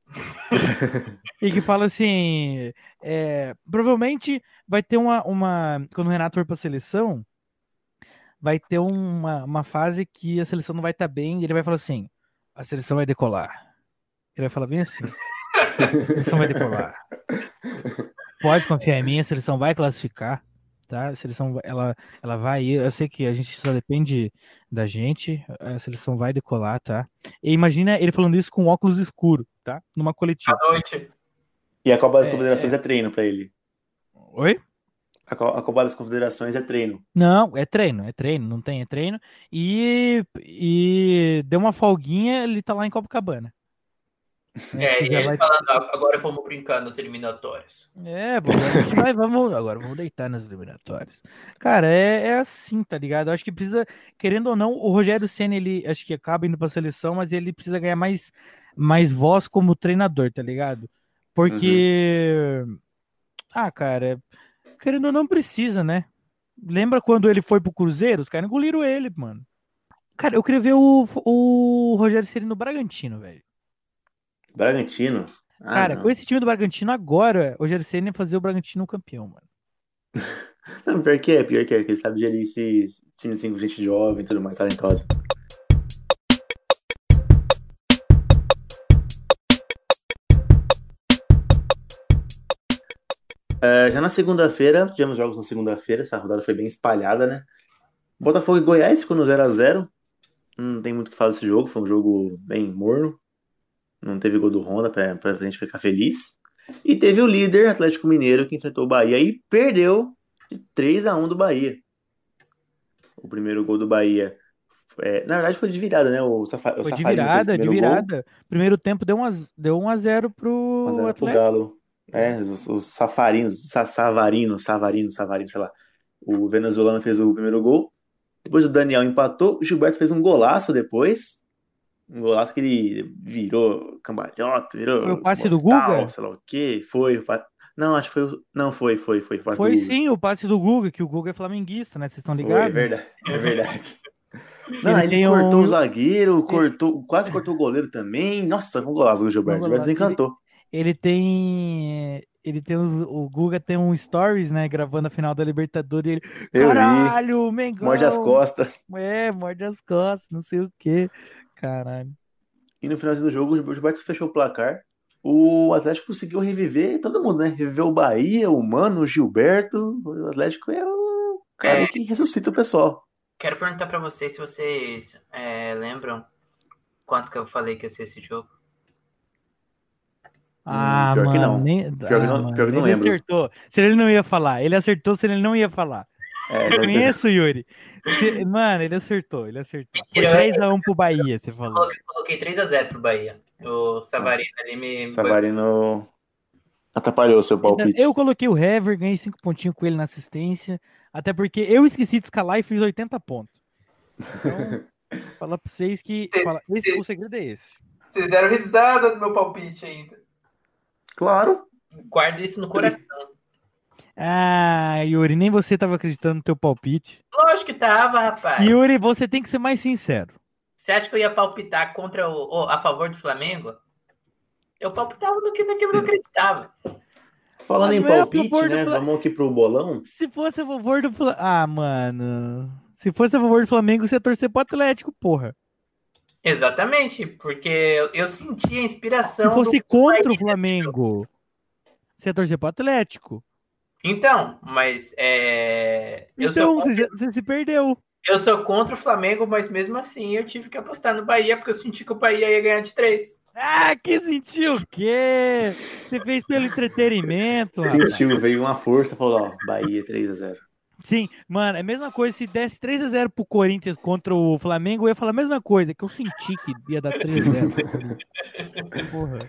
E que fala assim, provavelmente vai ter quando o Renato for pra seleção, vai ter uma fase que a seleção não vai estar bem, e ele vai falar assim, a seleção vai decolar. Ele vai falar bem assim, a seleção vai decolar. Pode confiar em mim, a seleção vai classificar, tá? A seleção, ela vai ir, eu sei que a gente só depende da gente, a seleção vai decolar, tá? E imagina ele falando isso com óculos escuro, tá? Numa À coletiva. noite. E a Copa das Confederações É, é treino pra ele. Oi? A Copa das Confederações é treino. Não, é treino, não tem, é treino. E deu uma folguinha, ele tá lá em Copacabana. Né, que E já ele vai. falando, agora vamos brincar nas eliminatórias. Agora a gente vai, agora vamos deitar nas eliminatórias. Cara, é assim, tá ligado? Eu acho que precisa, querendo ou não, o Rogério Ceni ele acho que acaba indo pra seleção, mas ele precisa ganhar mais voz como treinador, tá ligado? Uhum. Porque, cara, querendo ou não precisa, né? Lembra quando ele foi pro Cruzeiro? Os caras engoliram ele, mano. Cara, eu queria ver o Rogério Ceni no Bragantino, velho. Bragantino? Ah, Cara, com não. esse time do Bragantino agora, o Rogério Ceni ia fazer o Bragantino campeão, mano. Não, pior que é, que ele sabe gerir esses times assim, com gente jovem e tudo mais, talentosa. Já na segunda-feira, tivemos jogos na segunda-feira, essa rodada foi bem espalhada, né? Botafogo e Goiás ficou no 0-0. Não tem muito o que falar desse jogo, foi um jogo bem morno. Não teve gol do Honda pra gente ficar feliz. E teve o líder, Atlético Mineiro, que enfrentou o Bahia e perdeu de 3-1 do Bahia. O primeiro gol do Bahia, na verdade foi de virada, né? O Foi de Safarino fez o virada, de primeiro gol, virada. Primeiro tempo deu 1-0 mas pro era pro Atlético. Galo. Os Safarinos, Savarino, sei lá. O venezuelano fez o primeiro gol. Depois o Daniel empatou. O Gilberto fez um golaço depois. Um golaço que ele virou cambalhota, Foi o virou passe do mortal, Guga? sei lá o quê. Não, acho que foi. Não, foi. O passe do Foi Guga. sim o passe do Guga, que o Guga é flamenguista, né? Vocês estão Foi, é ligados? verdade. É verdade. Não, Ele aí ele tem cortou o um. zagueiro, Ele, quase cortou o goleiro também. Nossa, foi um golaço do foi um Gilberto. O Gilberto golaço. desencantou. Ele tem. Ele tem o Guga tem um stories, né? Gravando a final da Libertadores. E ele, Eu vi. caralho, Morde as Mengão! costas. Morde as costas, não sei o quê. Caralho. E no finalzinho do jogo, o Gilberto fechou o placar. O Atlético conseguiu reviver todo mundo, né? Reviveu o Bahia, o Mano, o Gilberto. O Atlético é o cara É, aí que ressuscita o pessoal. quero perguntar pra vocês se vocês lembram quanto que eu falei que ia ser esse jogo. Ah, Pior que mano, não. Pior mano, que não ele lembro. acertou. Se ele não ia falar, ele acertou se ele não ia falar. Deve ter. Conheço o Yuri. Mano, ele acertou, ele acertou. Foi Mentira, 3-1 pro Bahia, você falou. coloquei 3-0 pro Bahia. O Nossa, Savarino ali me boicotou. Savarino atrapalhou o seu Eu palpite. coloquei o Hever, ganhei 5 pontinhos com ele na assistência. Até porque eu esqueci de escalar e fiz 80 pontos. Então, falar pra vocês que. O segredo é esse. Vocês deram risada do meu palpite ainda. Claro. Guardo isso no coração. Ah, Yuri, nem você tava acreditando no teu palpite. Lógico que tava, rapaz. Yuri, você tem que ser mais sincero. Você acha que eu ia palpitar contra a favor do Flamengo? Eu palpitava no que eu não acreditava. Falando Mas em não é a palpite, favor do né? Flamengo. Vamos aqui pro bolão. Se fosse a favor do Flamengo. Ah, mano. Se fosse a favor do Flamengo, você ia torcer pro Atlético, porra. Exatamente, porque eu senti a Se inspiração fosse do contra o Bahia nesse jogo. Flamengo, você ia torcer pro Atlético. Então, mas Então, você se perdeu. eu sou contra o Flamengo, mas mesmo assim eu tive que apostar no Bahia, porque eu senti que o Bahia ia ganhar de 3. Ah, que sentiu o quê? Você fez pelo entretenimento, rapaz. Sentiu, veio uma força, falou, ó, Bahia 3-0. Sim, mano, é a mesma coisa. Se desse 3-0 pro Corinthians contra o Flamengo, eu ia falar a mesma coisa, que eu senti que ia dar 3-0 pro Corinthians. Porra.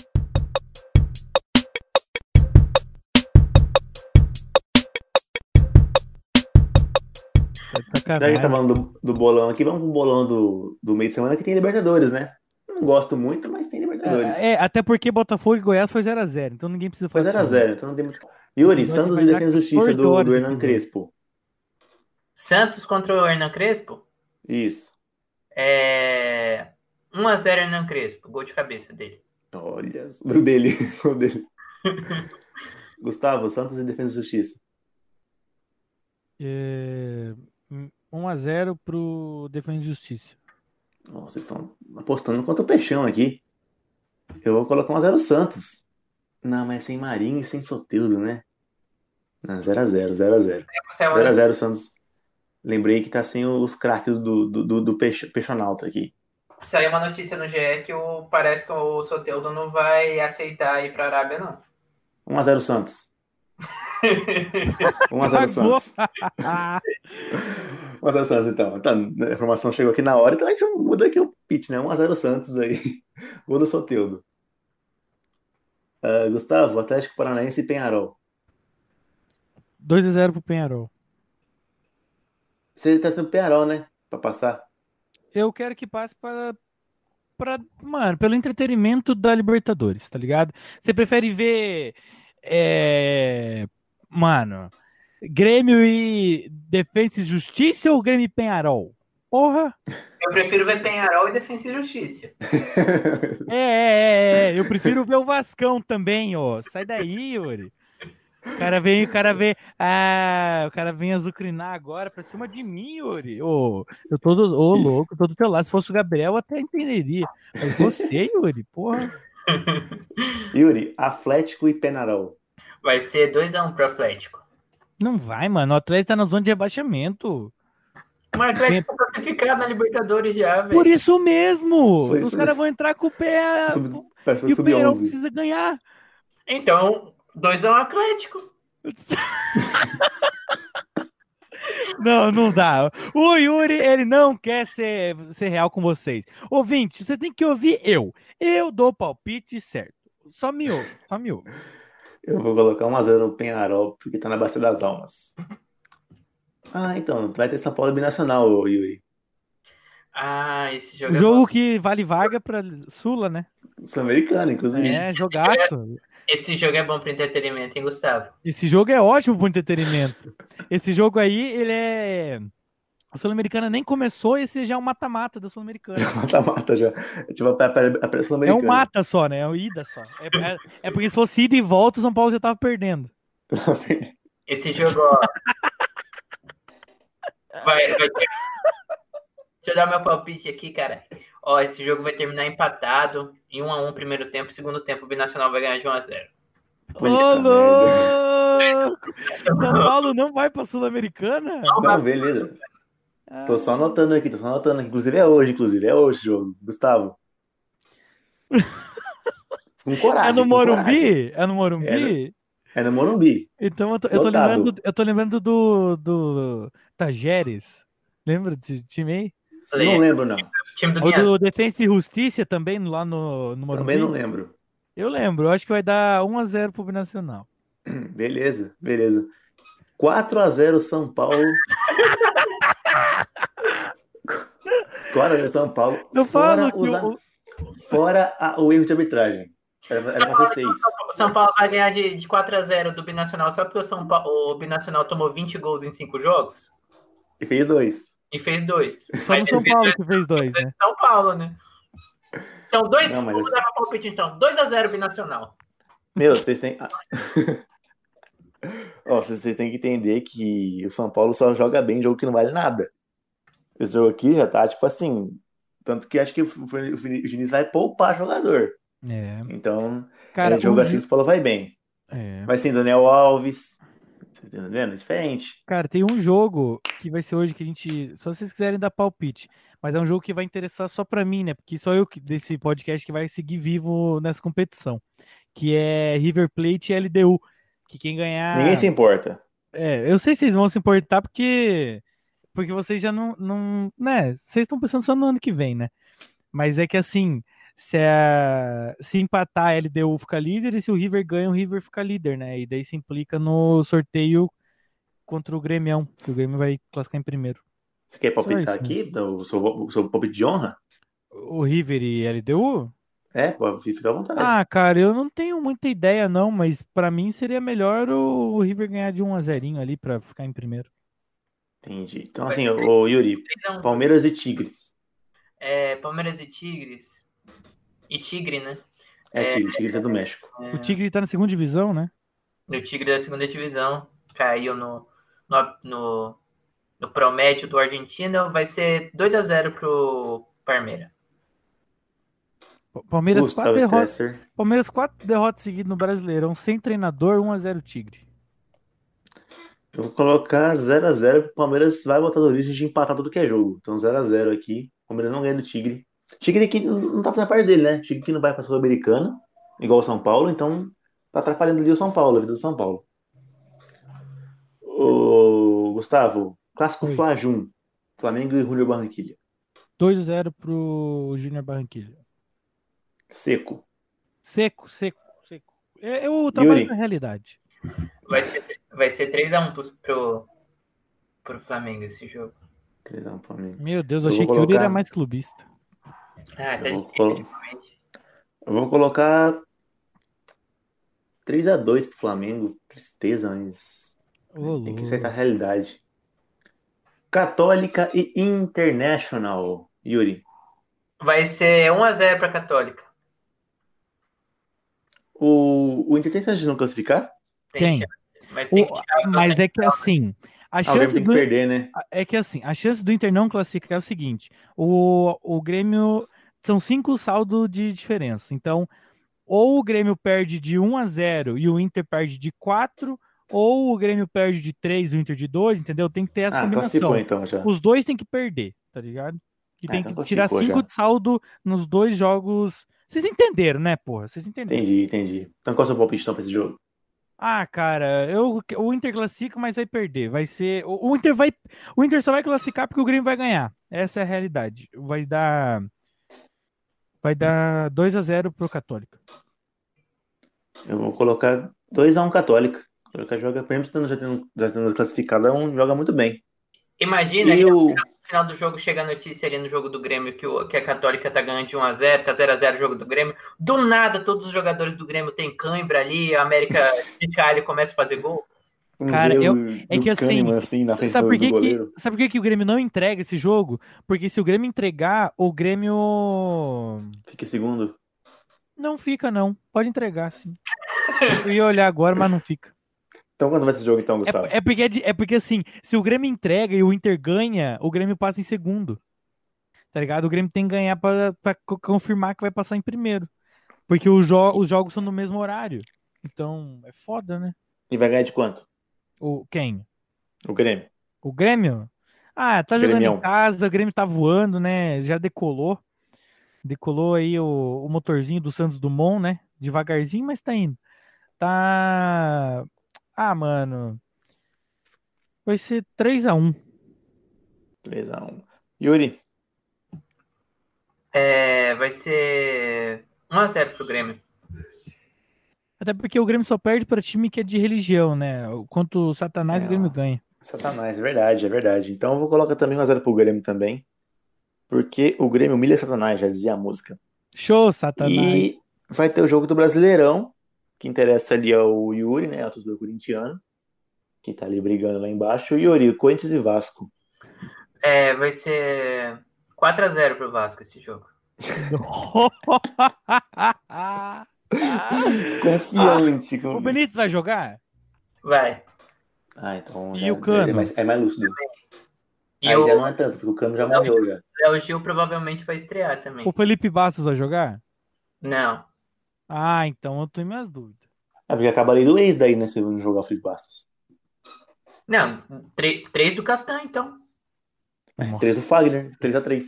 Tá de Já que a gente tá sacanagem. falando do bolão aqui, vamos pro bolão do meio de semana que tem Libertadores, né? Não gosto muito, mas tem Libertadores. Até porque Botafogo e Goiás foi 0-0, então ninguém precisa Foi falar disso, não. 0-0, então não tem muito. O Yuri, episódio Santos vai e dar Defesa e Justiça 14 do horas de Hernan episódio. Crespo. Santos contra o Hernan Crespo? Isso. 1-0 Hernan Crespo, gol de cabeça dele. Olha, o dele. O dele. Gustavo, Santos e Defesa e Justiça. 1-0 pro Defesa e Justiça. Nossa, vocês estão apostando contra o Peixão aqui. Eu vou colocar 1-0 Santos. Não, mas sem Marinho e sem Soteldo, né? Não, 0-0, 0-0. Você é uma 0-0 Santos. Lembrei que tá sem os craques do Peixonauta aqui. Saiu uma notícia no GE que parece que o Soteldo não vai aceitar ir para a Arábia, não. 1-0 Santos. 1-0 Cagou. Santos. 1-0 Santos, então. Tá, a informação chegou aqui na hora, então a gente muda aqui o pitch, né? 1-0 Santos aí. Gol do Soteldo. Gustavo, Atlético Paranaense e Penharol. 2-0 pro Penharol. Você tá sendo Penharol, né? Pra passar. Eu quero que passe mano, pelo entretenimento da Libertadores, tá ligado? Você prefere ver, mano, Grêmio e Defensa e Justiça ou Grêmio e Penharol? Porra! Eu prefiro ver Penharol e Defensa e Justiça. Eu prefiro ver o Vascão também, ó. Sai daí, Yuri. O cara vem azucrinar agora pra cima de mim, Yuri. Eu tô louco, tô do teu lado. Se fosse o Gabriel, eu até entenderia. Mas você, Yuri, porra. Yuri, Atlético e Penharol. Vai ser 2-1 pro Atlético. Não vai, mano. O Atlético tá na zona de rebaixamento. Mas o Atlético tá classificado na Libertadores já, velho. Por isso mesmo! Por isso Os caras vão entrar com o pé. Parece E o Penharol Sub-11. precisa ganhar. Então, 2-1 Atlético. Não, não dá. O Yuri, ele não quer ser real com vocês. Ouvinte, você tem que ouvir eu. Eu dou palpite certo. Só me ouve, só me ouve. Eu vou colocar 1-0 no Penharol, porque tá na Bacia das Almas. Então, vai ter São Paulo binacional, ô Yuri. Esse jogo O é jogo bom. que vale vaga pra Sula, né? Sul-americano, inclusive. É, jogaço. Esse jogo é bom pro entretenimento, hein, Gustavo? Esse jogo é ótimo pro entretenimento. Esse jogo aí, ele é... A Sul-Americana nem começou, esse já é um mata-mata da Sul-Americana. Mata-mata já. É tipo a É um Sul-americana. mata só, né? É um ida só. É porque se fosse ida e volta, o São Paulo já tava perdendo. Esse jogo, ó. Vai ter... Deixa eu dar meu palpite aqui, cara. Ó, esse jogo vai terminar empatado em 1-1 primeiro tempo. Segundo tempo, o Binacional vai ganhar de 1-0. Ô, louco! São Paulo não vai pra Sul-Americana? Não, beleza. Tô só anotando aqui. Inclusive é hoje o jogo. Gustavo. Com coragem. É no com Morumbi? coragem. É no Morumbi? É no Morumbi. Então eu tô lembrando do Tajeres. Lembra desse time aí? Não lembro, não. Time do Ou Guias. do Defensa e Justiça também, lá no Morumbi? Também não lembro. Eu lembro, eu acho que vai dar 1-0 pro Binacional. Beleza. 4-0 São Paulo. 4-0 São Paulo. Eu falo que Fora o erro de arbitragem. Era pra ser 6. O São Paulo vai ganhar de 4-0 do Binacional só porque o Binacional tomou 20 gols em 5 jogos E fez 2. e fez 2. só no São Paulo que fez 2, né? São Paulo, né? São 2. Não, mas Vamos dar uma palpite então. 2-0 Binacional. Meu, vocês têm. Vocês têm que entender que o São Paulo só joga bem jogo que não vale nada. Esse jogo aqui já tá, tipo assim. Tanto que acho que o Diniz vai poupar jogador. É. Então, Cara, jogo assim, o São Paulo vai bem. É. Vai sem Daniel Alves. Tá entendendo? Diferente. Cara, tem um jogo que vai ser hoje que a gente. Só se vocês quiserem dar palpite. Mas é um jogo que vai interessar só pra mim, né? Porque só eu desse podcast que vai seguir vivo nessa competição. Que é River Plate e LDU. Que quem ganhar. Ninguém se importa. Eu sei se vocês vão se importar porque vocês já não, né? Vocês estão pensando só no ano que vem, né? Mas é que assim, se empatar, a LDU fica líder e se o River ganha, o River fica líder, né? E daí se implica no sorteio contra o Grêmio, que o Grêmio vai classificar em primeiro. Você quer palpitar isso, aqui? O seu palpite de honra? O River e LDU? Fica à vontade. Cara, eu não tenho muita ideia não, mas pra mim seria melhor o River ganhar de 1-0 ali pra ficar em primeiro. Entendi. Então, assim, o Yuri, Palmeiras e Tigres. Palmeiras e Tigres. E Tigre, né? É Tigre, Tigres é do México. O Tigre tá na segunda divisão, né? O Tigre da segunda divisão caiu no promédio do Argentina. Vai ser 2-0 pro Palmeiras. Palmeiras Gustavo Stresser. Palmeiras 4 derrotas seguidas no Brasileirão, sem treinador, 1-0 Tigre. Eu vou colocar 0x0, porque o Palmeiras vai botar as origens de empatar tudo que é jogo. Então 0x0 aqui. O Palmeiras não ganha do Tigre. Tigre que não tá fazendo parte dele, né? Tigre que não vai pra Sul-Americana, igual o São Paulo, então tá atrapalhando ali o São Paulo, a vida do São Paulo. Ô, Gustavo, clássico Oi. Fla-Jun, Flamengo e Júnior Barranquilla. 2-0 pro Júnior Barranquilla. Seco. Seco. Eu trabalho Yuri. com a realidade. Vai ser 3-1 pro Flamengo esse jogo. 3x1 Flamengo. Meu Deus, eu Eu achei vou que o Yuri era colocar- mais clubista. Ah, tá Eu vou difícil, colo- realmente. Eu vou colocar 3x2 pro Flamengo. Tristeza, mas Ô, tem que louco. acertar a realidade. Católica e International. Yuri. Vai ser 1-0 pra Católica. O Inter tem chance de não classificar? Tem. chance, mas tem que tirar Mas é que assim, a Ah, o Grêmio chance tem que do perder, né? é que assim, a chance do Inter não classificar é o seguinte: o Grêmio são 5 saldos de diferença. Então, ou o Grêmio perde de 1-0 e o Inter perde de 4, ou o Grêmio perde de 3 e o Inter de 2, entendeu? Tem que ter essa Classificou combinação. então já. Os dois tem que perder, tá ligado? E tem Então que tirar classificou 5 já. de saldo nos 2 jogos. Vocês entenderam, né, porra? Vocês entenderam. Entendi. Então qual é o seu palpite então pra esse jogo? Ah, cara, o Inter classifica, mas vai perder. Vai ser. O Inter só vai classificar porque o Grêmio vai ganhar. Essa é a realidade. Vai dar 2-0 pro Católica. Eu vou colocar 2x1 Católica. O Católica joga, mesmo já tendo classificado, joga muito bem. Imagina E ali o. no final do jogo chega a notícia ali no jogo do Grêmio que a Católica tá ganhando de 1-0, tá 0-0 o jogo do Grêmio. Do nada, todos os jogadores do Grêmio têm cãibra ali, a América de Cali começa a fazer gol. Cara, é que do assim, Kahneman, assim, na frente sabe por do que goleiro. sabe por que que o Grêmio não entrega esse jogo? Porque se o Grêmio entregar, o Grêmio Fica em segundo. não fica, não. Pode entregar, sim. Eu ia olhar agora, mas não fica. Então quanto vai esse jogo então, Gustavo? É porque assim, se o Grêmio entrega e o Inter ganha, o Grêmio passa em segundo. Tá ligado? O Grêmio tem que ganhar pra confirmar que vai passar em primeiro. Porque os jogos são no mesmo horário. Então, é foda, né? E vai ganhar de quanto? Quem? O Grêmio. O Grêmio? Ah, tá jogando em Grêmio. casa, o Grêmio tá voando, né? Já decolou. Decolou aí o motorzinho do Santos Dumont, né? Devagarzinho, mas tá indo. Tá. Ah, mano. Vai ser 3-1. 3x1. Yuri. Vai ser 1-0 pro Grêmio. Até porque o Grêmio só perde pra time que é de religião, né? Quanto o Satanás, o Grêmio ganha. Satanás, é verdade. Então eu vou colocar também 1x0 pro Grêmio também. Porque o Grêmio humilha Satanás, já dizia a música. Show, Satanás. E vai ter o jogo do Brasileirão, que interessa ali ao Yuri, né? O torcedor corintiano, que tá ali brigando lá embaixo. Yuri, Corinthians e Vasco. Vai ser 4-0 pro Vasco esse jogo. Confiante. O Benítez vai jogar? Vai. Então E já, o Cano? é mais lúcido. E Aí o já não é tanto, porque o Cano já morreu já. Léo Gil provavelmente vai estrear também. O Felipe Bastos vai jogar? Não. Ah, então eu tenho minhas dúvidas. É porque acaba a lei do ex daí, né? Se não jogar o Felipe Bastos. Não, 3 do Castan, então. 3 do Fagner, 3x3.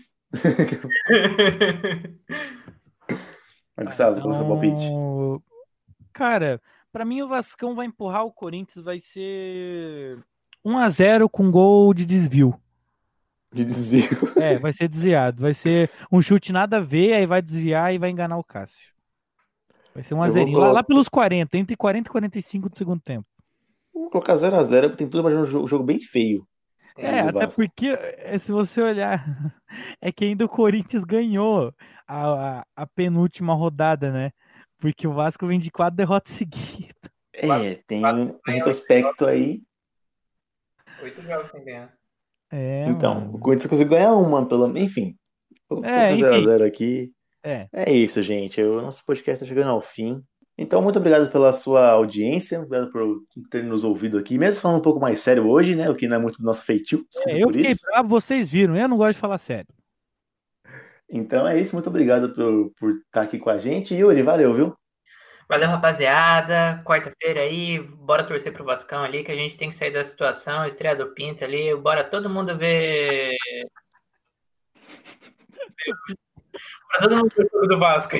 Mas, Gustavo, qual é o seu palpite? Cara, pra mim o Vascão vai empurrar o Corinthians, vai ser 1-0 com gol de desvio. De desvio. Vai ser desviado. Vai ser um chute nada a ver, aí vai desviar e vai enganar o Cássio. Vai ser 1-0. Lá pelos 40, entre 40 e 45 do segundo tempo. Vou colocar 0x0, porque tem tudo mas um jogo bem feio. Até porque, se você olhar, é que ainda o Corinthians ganhou a penúltima rodada, né? Porque o Vasco vem de 4 derrotas seguidas. Tem um retrospecto aí. 8 jogos sem ganhar. Então, Mano. o Corinthians conseguiu ganhar uma, pelo menos. Enfim, vou colocar 0x0 aqui. É isso, gente. O nosso podcast está chegando ao fim. Então, muito obrigado pela sua audiência, obrigado por ter nos ouvido aqui, mesmo falando um pouco mais sério hoje, né? O que não é muito do nosso feitio, desculpa Eu por fiquei isso. bravo, vocês viram, eu não gosto de falar sério. Então é isso, muito obrigado por estar aqui com a gente. Yuri, valeu, viu? Valeu, rapaziada. Quarta-feira aí, bora torcer pro Vascão ali, que a gente tem que sair da situação, estreia do Pinto ali, bora todo mundo ver. Bora todo mundo ver o jogo do Vasco.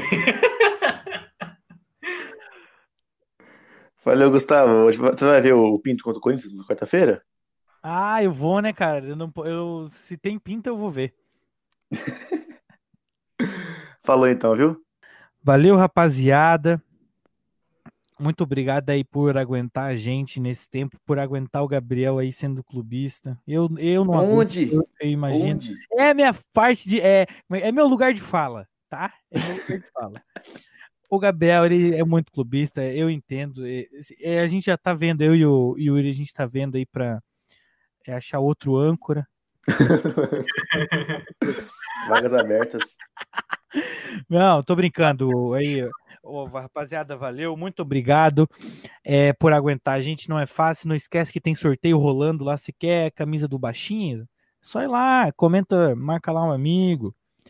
Valeu, Gustavo. Hoje você vai ver o Pinto contra o Corinthians na quarta-feira? Ah, eu vou, né, cara? Se tem pinta, eu vou ver. Falou então, viu? Valeu, rapaziada. Muito obrigado aí por aguentar a gente nesse tempo, por aguentar o Gabriel aí sendo clubista. Eu não aguento, Onde? eu imagino. Onde? É a minha parte de. É meu lugar de fala, tá? É meu lugar de fala. O Gabriel, ele é muito clubista, eu entendo. A gente já tá vendo, eu e o Yuri, a gente tá vendo aí pra achar outro âncora. Vagas abertas. Não, tô brincando. Aí, rapaziada, valeu, muito obrigado por aguentar. A gente não é fácil, não esquece que tem sorteio rolando lá. Se quer camisa do Baixinho, só ir lá, comenta, marca lá um amigo,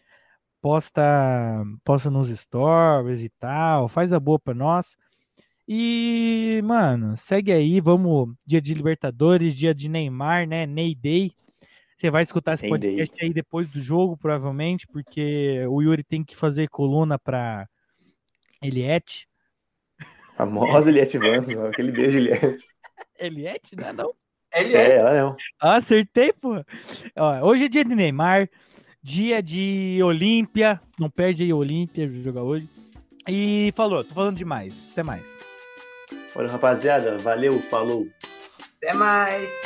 posta nos stories e tal, faz a boa pra nós. E, mano, segue aí, vamos, dia de Libertadores, dia de Neymar, né? Ney Day. Você vai escutar esse podcast aí depois do jogo, provavelmente, porque o Yuri tem que fazer coluna pra Eliette. Famosa Eliette Vans, aquele beijo, Eliette. Eliette, né? Não? Ela é. Ah, acertei, pô. Ó, hoje é dia de Neymar, dia de Olímpia. Não perde aí Olímpia, jogar hoje. E falou, tô falando demais. Até mais. Olha, rapaziada, valeu, falou. Até mais.